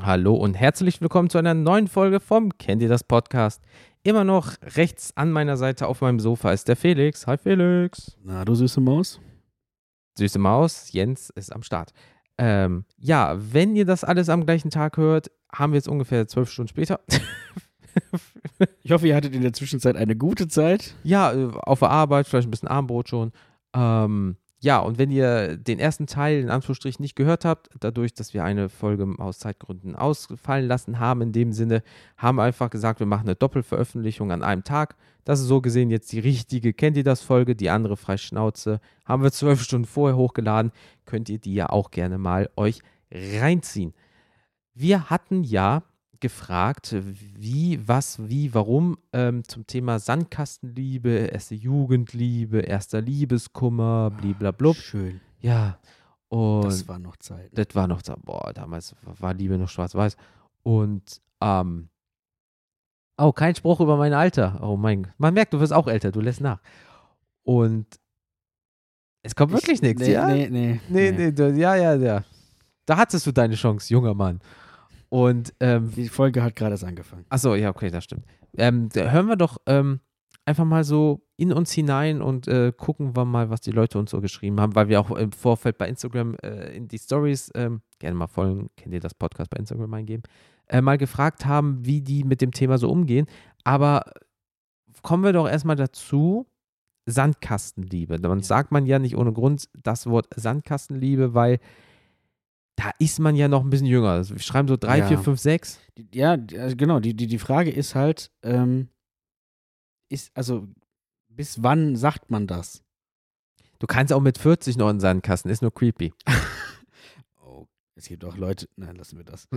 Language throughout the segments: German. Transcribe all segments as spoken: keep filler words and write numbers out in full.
Hallo und herzlich willkommen zu einer neuen Folge vom Kennt ihr das Podcast? Immer noch rechts an meiner Seite auf meinem Sofa ist der Felix. Hi Felix. Na, du süße Maus. Süße Maus, Jens ist am Start. Ähm, ja, wenn ihr das alles am gleichen Tag hört, haben wir jetzt ungefähr zwölf Stunden später. Ich hoffe, ihr hattet in der Zwischenzeit eine gute Zeit. Ja, auf der Arbeit, vielleicht ein bisschen Abendbrot schon. Ähm, ja, und wenn ihr den ersten Teil in Anführungsstrichen nicht gehört habt, dadurch, dass wir eine Folge aus Zeitgründen ausfallen lassen haben, in dem Sinne, haben wir einfach gesagt, wir machen eine Doppelveröffentlichung an einem Tag. Das ist so gesehen jetzt die richtige Kennt ihr das Folge, die andere Freischnauze. Haben wir zwölf Stunden vorher hochgeladen, könnt ihr die ja auch gerne mal euch reinziehen. Wir hatten ja gefragt, wie, was, wie, warum ähm, zum Thema Sandkastenliebe, erste Jugendliebe, erster Liebeskummer, bliblablub. Schön. Ja, und Das war noch Zeit. das war noch, boah, damals war Liebe noch schwarz-weiß. Und, ähm, oh, kein Spruch über mein Alter. Oh mein Gott. Man merkt, du wirst auch älter, du lässt nach. Und es kommt wirklich Ich- nichts, nee, ja? Nee, nee. Nee, nee, du, ja, ja, ja. Da hattest du deine Chance, junger Mann. Und, ähm, Die Folge hat gerade erst angefangen. achso, ja, okay, das stimmt. Ähm, da hören wir doch ähm, einfach mal so in uns hinein und äh, gucken wir mal, was die Leute uns so geschrieben haben, weil wir auch im Vorfeld bei Instagram äh, in die Stories, ähm, gerne mal folgen, kennt ihr das Podcast bei Instagram eingeben, äh, mal gefragt haben, wie die mit dem Thema so umgehen. Aber kommen wir doch erstmal dazu, Sandkastenliebe. Dann sagt man ja nicht ohne Grund das Wort Sandkastenliebe, weil da ist man ja noch ein bisschen jünger. Also wir schreiben so drei, Ja. vier, fünf, sechs. Die, ja, die- also genau. Die, die, die Frage ist halt, ähm, ist, also, bis wann sagt man das? Du kannst auch mit vierzig noch in den Sandkasten, ist nur creepy. Oh, es gibt auch Leute, nein, lassen wir das.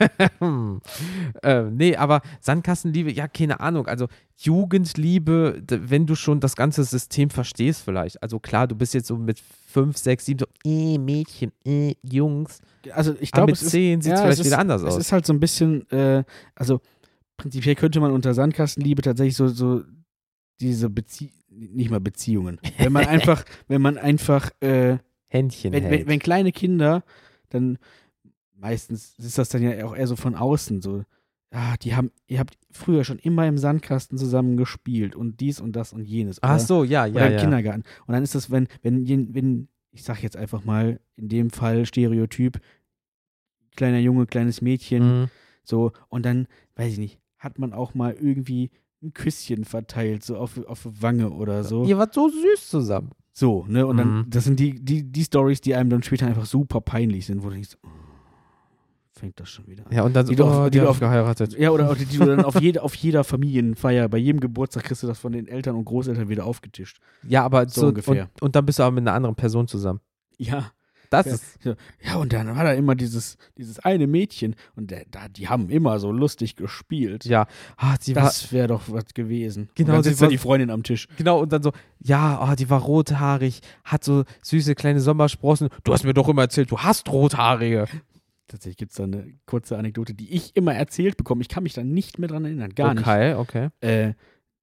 äh, nee, aber Sandkastenliebe, ja, keine Ahnung. Also Jugendliebe, d- wenn du schon das ganze System verstehst vielleicht. Also klar, du bist jetzt so mit fünf, sechs, sieben, so, äh, Mädchen, äh, Jungs. Also, ich Aber glaube, mit es ist, zehn sieht es ja, vielleicht es wieder ist, anders es aus. ist halt so ein bisschen, äh, also, prinzipiell könnte man unter Sandkastenliebe tatsächlich so, so diese Bezie nicht mal Beziehungen. Wenn man einfach, wenn man einfach, äh, Händchen wenn, hält. wenn, wenn kleine Kinder, dann meistens ist das dann ja auch eher so von außen, so, ah, die haben, ihr habt früher schon immer im Sandkasten zusammen gespielt und dies und das und jenes. Ach Oder, so, ja, oder ja, im ja. Kindergarten. Und dann ist das, wenn, wenn, jen- wenn, ich sag jetzt einfach mal, in dem Fall Stereotyp, kleiner Junge, kleines Mädchen, Mhm. so, und dann, weiß ich nicht, hat man auch mal irgendwie ein Küsschen verteilt, so auf, auf die Wange oder so. Ihr wart so süß zusammen. So, ne? Und dann, Mhm. das sind die, die, die Stories, die einem dann später einfach super peinlich sind, wo du denkst, oh, fängt das schon wieder an. Ja, und dann so, Die du auf- oh, die die du haben auf- geheiratet. Ja, oder auch die, die du dann auf, jede, auf jeder Familienfeier, bei jedem Geburtstag kriegst du das von den Eltern und Großeltern wieder aufgetischt. Ja, aber So so, ungefähr. Und, und dann bist du aber mit einer anderen Person zusammen. Ja. Das Ja. ist, So, ja, und dann war da immer dieses, dieses eine Mädchen und der, da, die haben immer so lustig gespielt. ja, ah, sie war, Das wäre doch was gewesen. Genau, und dann sie sitzt da war- die Freundin am Tisch. genau, und dann so, ja, oh, die war rothaarig, hat so süße kleine Sommersprossen. Du hast mir doch immer erzählt, du hast Rothaarige. Tatsächlich gibt es da eine kurze Anekdote, die ich immer erzählt bekomme. Ich kann mich da nicht mehr dran erinnern, gar nicht. Okay, okay. Äh,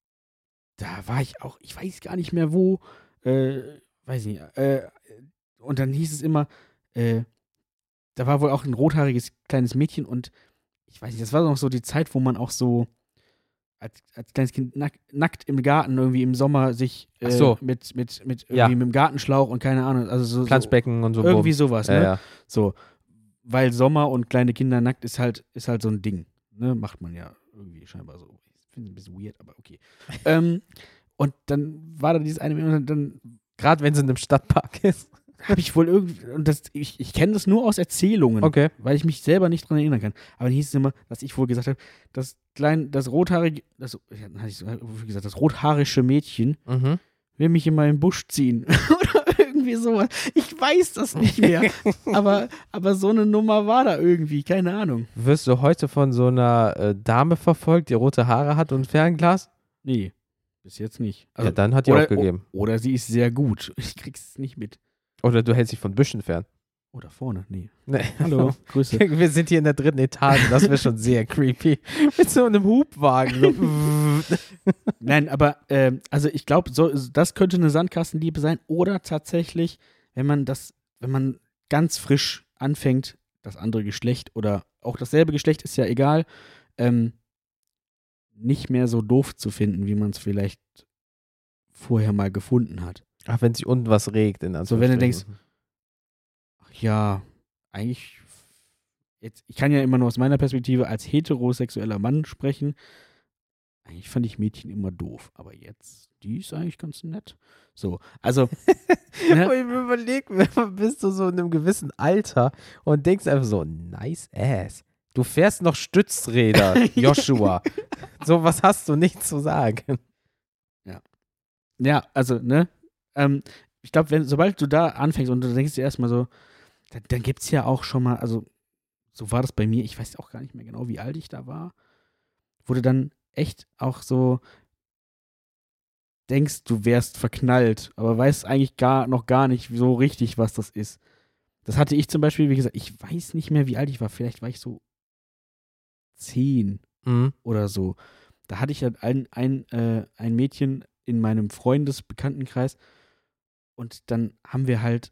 da war ich auch, ich weiß gar nicht mehr wo, äh, weiß nicht, äh, und dann hieß es immer, äh, da war wohl auch ein rothaariges kleines Mädchen und ich weiß nicht, das war noch so die Zeit, wo man auch so als, als kleines Kind nack, nackt im Garten irgendwie im Sommer sich äh, Ach so. mit, mit, mit irgendwie Ja. mit dem Gartenschlauch und keine Ahnung, also so, so Planschbecken und so. irgendwie Bums. sowas, Ja, ne? ja. So, weil Sommer und kleine Kinder nackt ist halt, ist halt so ein Ding. Ne? Macht man ja irgendwie scheinbar so. Ich finde es ein bisschen weird, aber okay. ähm, und dann war da dieses eine Mädchen und dann Gerade wenn es in einem Stadtpark ist. habe ich wohl irgendwie, und das, ich, ich kenne das nur aus Erzählungen, Okay. weil ich mich selber nicht dran erinnern kann. Aber dann hieß es immer, dass ich wohl gesagt habe, das kleine, das rothaarige, das, ja, dann hatte ich so, wie gesagt, das rothaarische Mädchen Mhm. will mich in meinen Busch ziehen. Oder irgendwie sowas. Ich weiß das nicht mehr. aber, aber so eine Nummer war da irgendwie, keine Ahnung. Wirst du heute von so einer äh, Dame verfolgt, die rote Haare hat und ein Fernglas? Nee, bis jetzt nicht. ja, dann hat die oder, aufgegeben. o- Oder sie ist sehr gut. Ich krieg's nicht mit. Oder du hältst dich von Büschen fern. Oder vorne, nee. Nee. Hallo, Grüße. Wir sind hier in der dritten Etage, das wäre schon sehr creepy. Mit so einem Hubwagen. So. Nein, aber ähm, also ich glaube, so, das könnte eine Sandkastenliebe sein. Oder tatsächlich, wenn man das, wenn man ganz frisch anfängt, das andere Geschlecht oder auch dasselbe Geschlecht, ist ja egal, ähm, nicht mehr so doof zu finden, wie man es vielleicht vorher mal gefunden hat. Ach, wenn sich unten was regt. In So, wenn du denkst, ach ja, eigentlich, jetzt, ich kann ja immer nur aus meiner Perspektive als heterosexueller Mann sprechen. Eigentlich fand ich Mädchen immer doof, aber jetzt, die ist eigentlich ganz nett. So, also. Ne? Ich überlege, bist du so in einem gewissen Alter und denkst einfach so, nice ass. Du fährst noch Stützräder, Joshua. So was hast du nicht zu sagen. Ja. Ja, also, ne? Ähm, ich glaube, wenn, sobald du da anfängst und du denkst dir erstmal so, dann, dann gibt es ja auch schon mal, also, so war das bei mir, ich weiß auch gar nicht mehr genau, wie alt ich da war, wurde dann echt auch so denkst, du wärst verknallt, aber weißt eigentlich gar, noch gar nicht so richtig, was das ist. Das hatte ich zum Beispiel, wie gesagt, ich weiß nicht mehr, wie alt ich war. Vielleicht war ich so zehn mhm. oder so. Da hatte ich halt ein, ein, äh, ein Mädchen in meinem Freundesbekanntenkreis und dann haben wir halt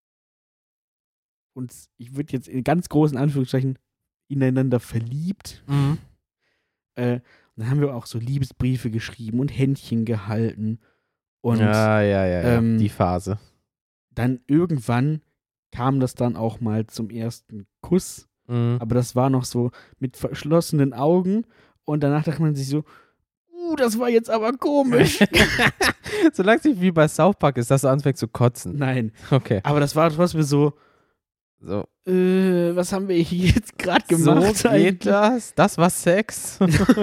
uns, ich würde jetzt in ganz großen Anführungszeichen, ineinander verliebt. Mhm. Äh, dann haben wir auch so Liebesbriefe geschrieben und Händchen gehalten. Und ja, ja, ja, ja. Ähm, die Phase. Dann irgendwann kam das dann auch mal zum ersten Kuss. Mhm. Aber das war noch so mit verschlossenen Augen. Und danach dachte man sich so, uh, das war jetzt aber komisch. Solange es nicht wie bei South Park ist, dass du anfängst zu kotzen. Nein. Okay. Aber das war trotzdem so, so. Äh, was haben wir hier jetzt gerade gemacht? So geht das? Das war Sex?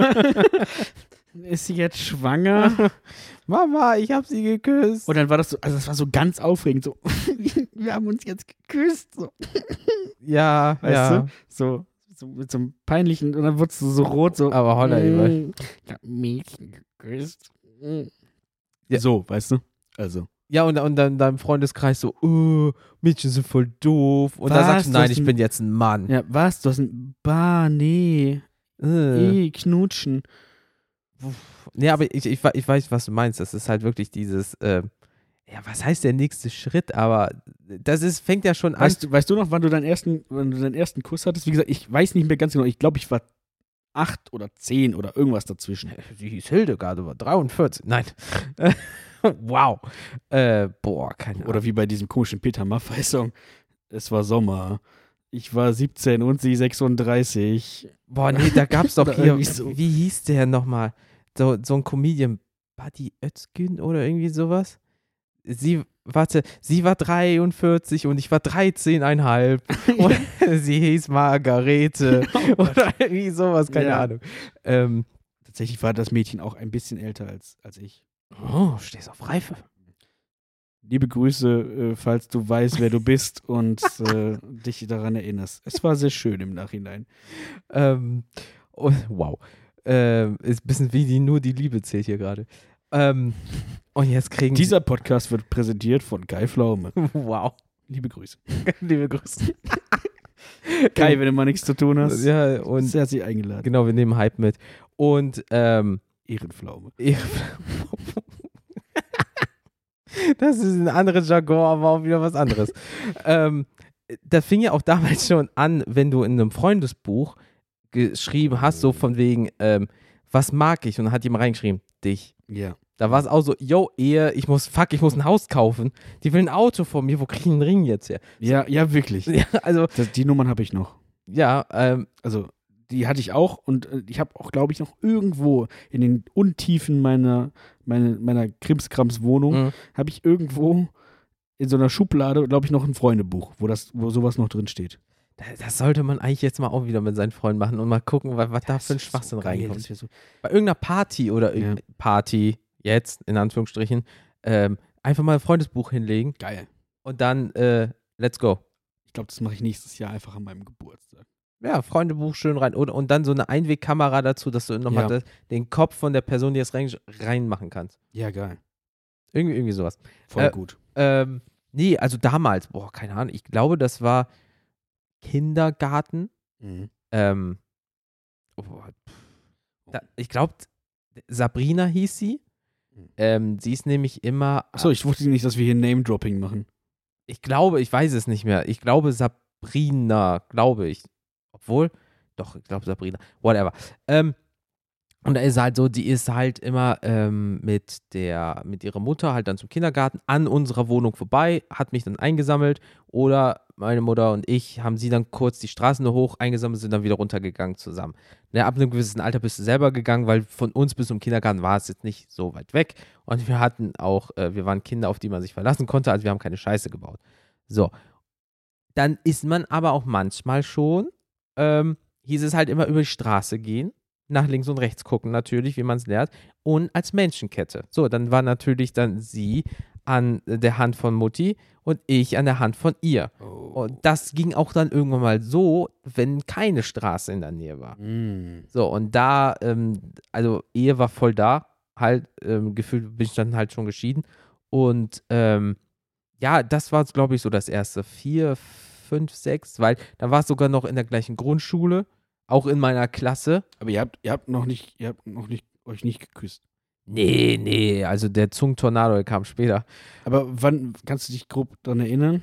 Ist sie jetzt schwanger? Mama, ich hab sie geküsst. Und dann war das so, also das war so ganz aufregend, so, wir haben uns jetzt geküsst. So. Ja, weißt ja. du? So, so mit so einem peinlichen, und dann wurdest du so rot, so. Aber holla, mm, ich hab Mädchen geküsst. Mm. Ja. So, weißt du? Also. Ja, und, und dann in deinem Freundeskreis so, oh, Mädchen sind voll doof. Und dann sagst du, nein, ich ein, bin jetzt ein Mann. Ja, was? Du hast ein, bah, nee. Äh. Eh, knutschen. Nee, aber ich, ich, ich weiß, was du meinst. Das ist halt wirklich dieses, äh, ja, was heißt der nächste Schritt? Aber das ist, fängt ja schon an. Weißt du, weißt du noch, wann du deinen ersten, wann du deinen ersten Kuss hattest? Wie gesagt, ich weiß nicht mehr ganz genau. Ich glaube, ich war acht oder zehn oder irgendwas dazwischen. Sie hieß Hildegard, war dreiundvierzig. Nein. Wow. Äh, boah, keine Ahnung. Oder wie bei diesem komischen Peter Maffay-Song. Es war Sommer. Ich war siebzehn und sie sechsunddreißig. Boah, nee, da gab's doch hier, so. Wie hieß der nochmal? So, so ein Comedian, Buddy Özgün oder irgendwie sowas? Sie, warte, sie war dreiundvierzig und ich war dreizehn Komma fünf und sie hieß Margarete oder irgendwie sowas, keine ja. Ahnung. Ähm, Tatsächlich war das Mädchen auch ein bisschen älter als, als ich. Oh, stehst auf Reife. Liebe Grüße, äh, falls du weißt, wer du bist und äh, dich daran erinnerst. Es war sehr schön im Nachhinein. Ähm, oh, wow. Ähm, ist ein bisschen wie die, nur die Liebe zählt hier gerade. Ähm, und jetzt kriegen Dieser Podcast wird präsentiert von Kai Pflaume. Wow. Liebe Grüße. Liebe Grüße. Kai, wenn du mal nichts zu tun hast, ja, und sehr herzlich eingeladen. Genau, wir nehmen Hype mit. Und ähm, Ehrenpflaume. Das ist ein anderes Jargon, aber auch wieder was anderes. ähm, das fing ja auch damals schon an, wenn du in einem Freundesbuch geschrieben hast, so von wegen, ähm, was mag ich? Und dann hat jemand reingeschrieben, dich. Ja. Da war es auch so, yo, Ehe, ich muss, fuck, ich muss ein Haus kaufen. Die will ein Auto von mir, wo kriege ich einen Ring jetzt her? Ja, ja, wirklich. Ja, also, das, die Nummern habe ich noch. Ja, ähm, also die hatte ich auch und äh, ich habe auch, glaube ich, noch irgendwo in den Untiefen meiner, meine, meiner Krimskrams-Wohnung, mhm. habe ich irgendwo in so einer Schublade, glaube ich, noch ein Freundebuch, wo, das, wo sowas noch drin steht. Das sollte man eigentlich jetzt mal auch wieder mit seinen Freunden machen und mal gucken, was, was da für ein Schwachsinn so reinkommt. So Bei irgendeiner Party oder ja. Party, jetzt in Anführungsstrichen, ähm, einfach mal ein Freundesbuch hinlegen. Geil. Und dann, äh, let's go. Ich glaube, das mache ich nächstes Jahr einfach an meinem Geburtstag. Ja, Freundebuch schön rein. Und, und dann so eine Einwegkamera dazu, dass du nochmal Ja. den Kopf von der Person, die es rein, reinmachen kannst. Ja, geil. Irgendwie, irgendwie sowas. Voll äh, gut. Ähm, nee, also damals, boah, keine Ahnung, ich glaube, das war Kindergarten. Mhm. Ähm, oh, da, ich glaube, Sabrina hieß sie. Ähm, sie ist nämlich immer. Achso, ich wusste nicht, dass wir hier Name-Dropping machen. Ich glaube, ich weiß es nicht mehr. Ich glaube, Sabrina Sabrina, glaube ich. Obwohl, doch, ich glaube Sabrina, whatever. Ähm, und da ist halt so, die ist halt immer ähm, mit der, mit ihrer Mutter halt dann zum Kindergarten an unserer Wohnung vorbei, hat mich dann eingesammelt oder meine Mutter und ich haben sie dann kurz die Straßen nur hoch eingesammelt, sind dann wieder runtergegangen zusammen. Ne, ab einem gewissen Alter bist du selber gegangen, weil von uns bis zum Kindergarten war es jetzt nicht so weit weg und wir hatten auch, äh, wir waren Kinder, auf die man sich verlassen konnte, also wir haben keine Scheiße gebaut. So, dann ist man aber auch manchmal schon, ähm, hieß es halt immer über die Straße gehen, nach links und rechts gucken natürlich, wie man es lernt, und als Menschenkette. So, dann war natürlich dann sie an der Hand von Mutti und ich an der Hand von ihr. Oh. Und das ging auch dann irgendwann mal so, wenn keine Straße in der Nähe war. Mm. So, und da, ähm, also Ehe war voll da, halt, ähm, gefühlt bin ich dann halt schon geschieden. Und ähm, ja, das war, glaube ich, so das erste. Vier, fünf, sechs, weil dann war es sogar noch in der gleichen Grundschule, auch in meiner Klasse. Aber ihr habt, ihr habt noch nicht, ihr habt noch nicht, euch nicht geküsst. Nee, nee, also der Zungentornado der kam später. Aber wann, kannst du dich grob daran erinnern?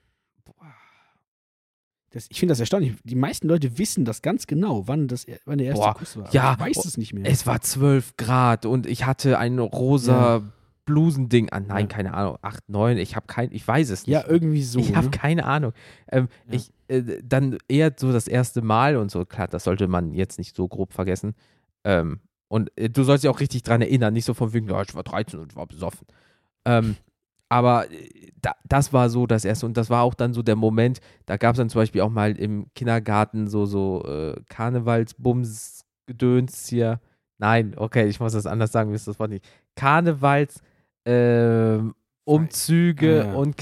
Das, ich finde das erstaunlich. Die meisten Leute wissen das ganz genau, wann, das, wann der erste Boah, Kuss war. Aber ja, ich weiß es nicht mehr. Es war zwölf Grad und ich hatte ein rosa Ja. Blusending an. Nein, Ja. keine Ahnung, acht, neun, ich habe kein, ich weiß es nicht. Ja, irgendwie so. Ich habe ne? keine Ahnung. Ähm, Ja. Ich, äh, dann eher so das erste Mal und so, klar, das sollte man jetzt nicht so grob vergessen. Ähm, und äh, du sollst dich auch richtig dran erinnern, nicht so von wegen, ja, ich war dreizehn und war besoffen. Ähm, aber äh, da, das war so das erste und das war auch dann so der Moment, da gab es dann zum Beispiel auch mal im Kindergarten so, so äh, Karnevalsbums-Gedöns hier. Nein, okay, ich muss das anders sagen, wie ist das Wort nicht. Karnevals, ähm, Umzüge Ah, ja. und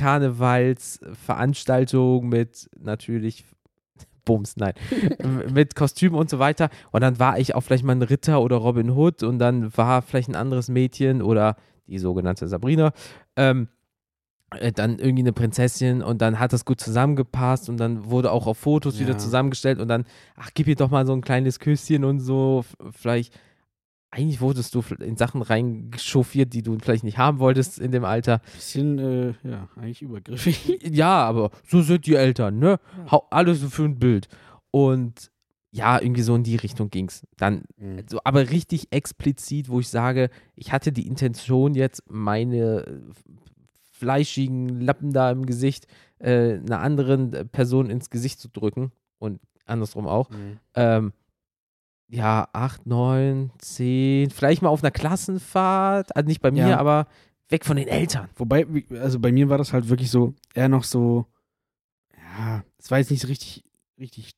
Karnevalsveranstaltungen mit natürlich Bums, nein, mit Kostüm und so weiter. Und dann war ich auch vielleicht mal ein Ritter oder Robin Hood und dann war vielleicht ein anderes Mädchen oder die sogenannte Sabrina, ähm, äh, dann irgendwie eine Prinzessin und dann hat das gut zusammengepasst und dann wurde auch auf Fotos wieder Ja. zusammengestellt und dann, ach, gib ihr doch mal so ein kleines Küsschen und so, F- vielleicht, eigentlich wurdest du in Sachen reingechauffiert, die du vielleicht nicht haben wolltest in dem Alter. Bisschen, äh, ja, eigentlich übergriffig. Ja, aber so sind die Eltern, ne? Ja. Hau- Alles so für ein Bild. Und ja, irgendwie so in die Richtung ging's. Dann, Mhm. so, aber richtig explizit, wo ich sage, ich hatte die Intention jetzt, meine äh, fleischigen Lappen da im Gesicht äh, einer anderen äh, Person ins Gesicht zu drücken und andersrum auch. Mhm. Ähm, ja, acht, neun, zehn, vielleicht mal auf einer Klassenfahrt, also nicht bei mir, Ja. aber weg von den Eltern. Wobei, wie- also bei mir war das halt wirklich so, eher noch so, ja, es war jetzt nicht so richtig, richtig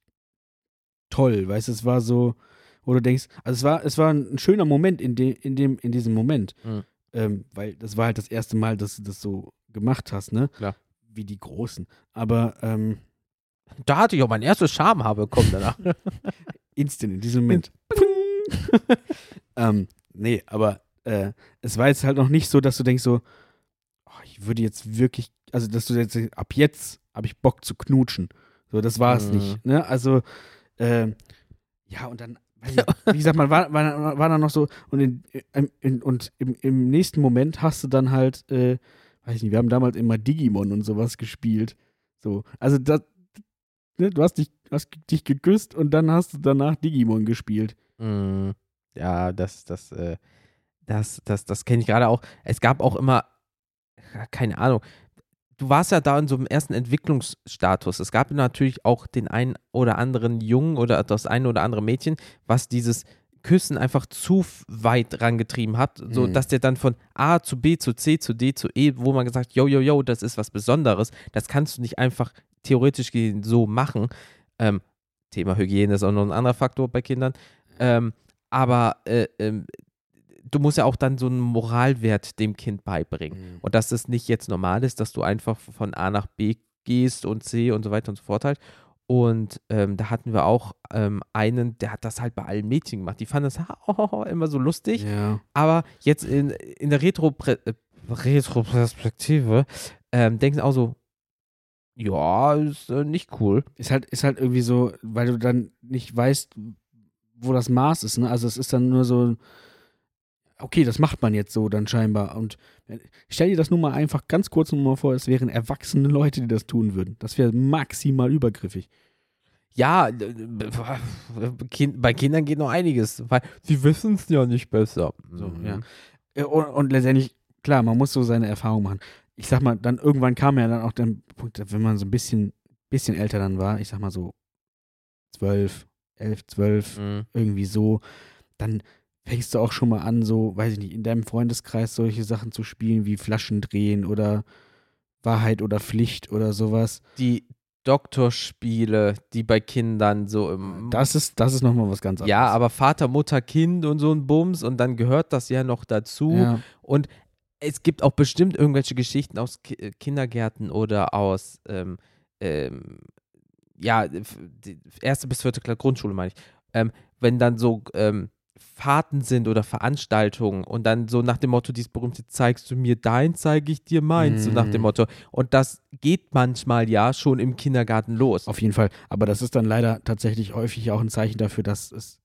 toll, weißt du, es war so, wo du denkst, also es war, es war ein schöner Moment in, de, in, dem, in diesem Moment, Mhm. ähm, weil das war halt das erste Mal, dass du das so gemacht hast, ne? Klar. Wie die Großen. Aber ähm, Da hatte ich auch mein erstes Schamhaar bekommen danach. instant in diesem Moment. ähm, nee, aber äh, es war jetzt halt noch nicht so, dass du denkst so, oh, ich würde jetzt wirklich, also dass du jetzt denkst, ab jetzt habe ich Bock zu knutschen. So, das war es Mhm. nicht. Ne? Also, ähm, ja, und dann, weiß ich, wie gesagt, man war, war, war dann noch so, und, in, in, in, und im, im nächsten Moment hast du dann halt, äh, weiß ich nicht, wir haben damals immer Digimon und sowas gespielt. So, also das, ne, du hast dich, hast dich geküsst und dann hast du danach Digimon gespielt. Mm, ja, das, das, äh, das, das, das kenne ich gerade auch. Es gab auch immer, ja, keine Ahnung, du warst ja da in so einem ersten Entwicklungsstatus. Es gab natürlich auch den einen oder anderen Jungen oder das eine oder andere Mädchen, was dieses Küssen einfach zu f- weit rangetrieben hat, so Mhm. dass der dann von A zu B zu C zu D zu E, wo man gesagt, yo, yo, yo, das ist was Besonderes. Das kannst du nicht einfach theoretisch gesehen so machen. Ähm, Thema Hygiene ist auch noch ein anderer Faktor bei Kindern. Ähm, aber äh, ähm, du musst ja auch dann so einen Moralwert dem Kind beibringen. Mhm. Und dass es nicht jetzt normal ist, dass du einfach von A nach B gehst und C und so weiter und so fort halt. Und ähm, da hatten wir auch ähm, einen, der hat das halt bei allen Mädchen gemacht. Die fanden das oh, immer so lustig. Ja. Aber jetzt in, in der Retro äh, Retro-Perspektive ähm, denken sie auch so, ja, ist äh, nicht cool. Ist halt, ist halt irgendwie so, weil du dann nicht weißt, wo das Maß ist, ne? Also es ist dann nur so, okay, das macht man jetzt so dann scheinbar. Und stell dir das nur mal einfach ganz kurz nur mal vor, es wären erwachsene Leute, die das tun würden. Das wäre maximal übergriffig. Ja, kind, bei Kindern geht noch einiges, weil sie wissen es ja nicht besser. So, mhm. ja. Und, und letztendlich, klar, man muss so seine Erfahrung machen. Ich sag mal, dann irgendwann kam ja dann auch der Punkt, wenn man so ein bisschen, bisschen älter dann war, ich sag mal so zwölf, elf, zwölf, mhm. irgendwie so, dann fängst du auch schon mal an, so, weiß ich nicht, in deinem Freundeskreis solche Sachen zu spielen wie Flaschen drehen oder Wahrheit oder Pflicht oder sowas. Die Doktorspiele, die bei Kindern so im... Das ist, das ist nochmal was ganz anderes. Ja, aber Vater, Mutter, Kind und so ein Bums und dann gehört das ja noch dazu. Ja. Und es gibt auch bestimmt irgendwelche Geschichten aus Ki- Kindergärten oder aus, ähm, ähm, ja, die erste bis vierte Klasse Grundschule meine ich, ähm, wenn dann so ähm, Fahrten sind oder Veranstaltungen und dann so nach dem Motto, dieses berühmte, zeigst du mir dein, zeige ich dir meins, mm. so nach dem Motto. Und das geht manchmal ja schon im Kindergarten los. Auf jeden Fall, aber das ist dann leider tatsächlich häufig auch ein Zeichen dafür, dass es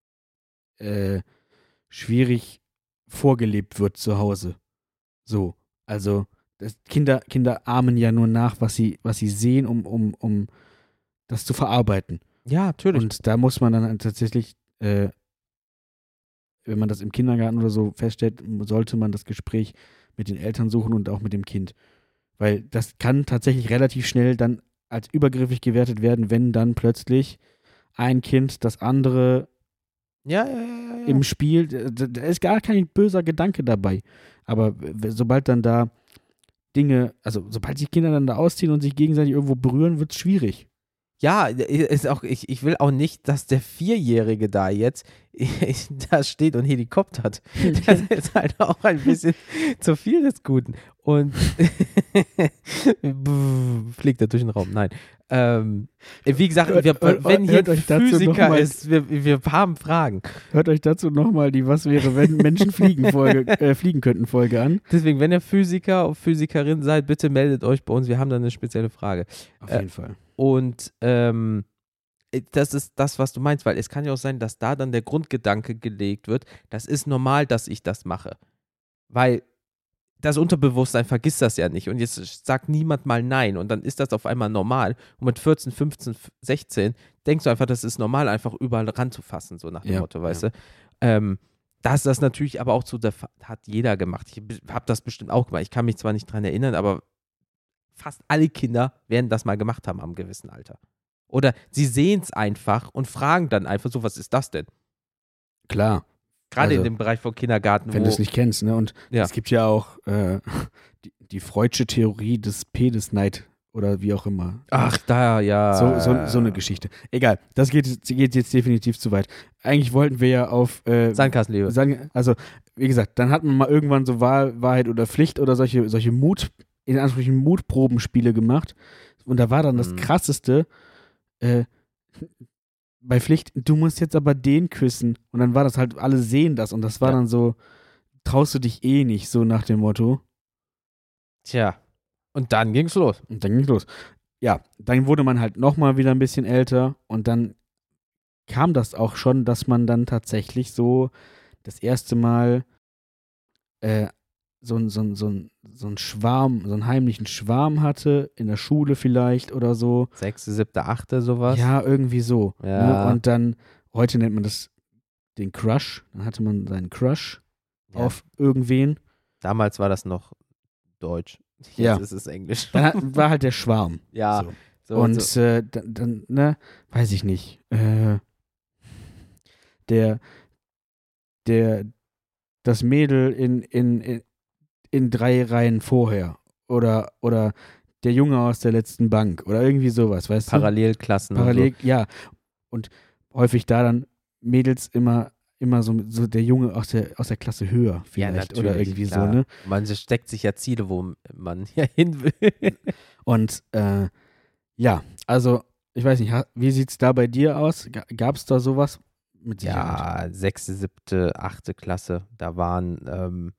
äh, schwierig vorgelebt wird zu Hause. So, also das Kinder, Kinder ahmen ja nur nach, was sie, was sie sehen, um, um, um das zu verarbeiten. Ja, natürlich. Und da muss man dann tatsächlich äh, wenn man das im Kindergarten oder so feststellt, sollte man das Gespräch mit den Eltern suchen und auch mit dem Kind. Weil das kann tatsächlich relativ schnell dann als übergriffig gewertet werden, wenn dann plötzlich ein Kind das andere ja, ja, ja, ja. im Spiel, da, da ist gar kein böser Gedanke dabei. Aber sobald dann da Dinge, also sobald sich Kinder dann da ausziehen und sich gegenseitig irgendwo berühren, wird es schwierig. Ja, ist auch, ich, ich will auch nicht, dass der Vierjährige da jetzt da steht und helikoptert. Das ist halt auch ein bisschen zu viel des Guten. Und fliegt er durch den Raum. Nein. Ähm, wie gesagt, wir, wenn hier ein Physiker ist, wir, wir haben Fragen. Hört euch dazu nochmal die Was wäre, wenn Menschen fliegen, Folge, äh, fliegen könnten Folge an. Deswegen, wenn ihr Physiker oder Physikerin seid, bitte meldet euch bei uns. Wir haben da eine spezielle Frage. Auf jeden äh, Fall. Und ähm, das ist das, was du meinst, weil es kann ja auch sein, dass da dann der Grundgedanke gelegt wird, das ist normal, dass ich das mache. Weil das Unterbewusstsein vergisst das ja nicht und jetzt sagt niemand mal nein und dann ist das auf einmal normal und mit vierzehn, fünfzehn, sechzehn denkst du einfach, das ist normal, einfach überall ranzufassen, so nach dem ja, Motto, weißt ja. du. Ähm, dass das natürlich aber auch so, der, hat jeder gemacht. Ich habe das bestimmt auch gemacht. Ich kann mich zwar nicht dran erinnern, aber fast alle Kinder werden das mal gemacht haben am gewissen Alter. Oder sie sehen es einfach und fragen dann einfach so, was ist das denn? Klar. Gerade also, in dem Bereich von Kindergarten. Wenn du es nicht kennst, ne? Und ja. es gibt ja auch äh, die, die Freudsche Theorie des Penisneid oder wie auch immer. Ach, da, ja. So, so, so eine Geschichte. Egal, das geht, geht jetzt definitiv zu weit. Eigentlich wollten wir ja auf äh, Sandkastenliebe. Sand, also, wie gesagt, dann hat man mal irgendwann so Wahl, Wahrheit oder Pflicht oder solche, solche Mut, in Anführungsstrichen Mutprobenspiele gemacht. Und da war dann das mhm. Krasseste, äh, bei Pflicht, du musst jetzt aber den küssen. Und dann war das halt, alle sehen das. Und das war ja. dann so, traust du dich eh nicht, so nach dem Motto. Tja. Und dann ging's los. Und dann ging's los. Ja, dann wurde man halt nochmal wieder ein bisschen älter. Und dann kam das auch schon, dass man dann tatsächlich so das erste Mal äh, so, so, so, so einen Schwarm, so einen heimlichen Schwarm hatte, in der Schule vielleicht oder so. Sechste, siebte, achte, sowas? Ja, irgendwie so. Ja. Ne? Und dann, heute nennt man das den Crush. Dann hatte man seinen Crush ja. auf irgendwen. Damals war das noch Deutsch. Jetzt ja. ist es Englisch. Dann hat, war halt der Schwarm. Ja. So. So und und so. Äh, dann, dann, ne, weiß ich nicht. Äh, der, der, das Mädel in, in, in in drei Reihen vorher oder, oder der Junge aus der letzten Bank oder irgendwie sowas, weißt du? Parallelklassen. Parallel, und so. ja. Und häufig da dann Mädels immer, immer so, so der Junge aus der, aus der Klasse höher vielleicht ja, oder irgendwie klar. so, ne? Man steckt sich ja Ziele, wo man ja hin will. Und äh, ja, also ich weiß nicht, wie sieht's da bei dir aus? Gab es da sowas? Mit ja, sechste, siebte, achte Klasse, da waren ähm,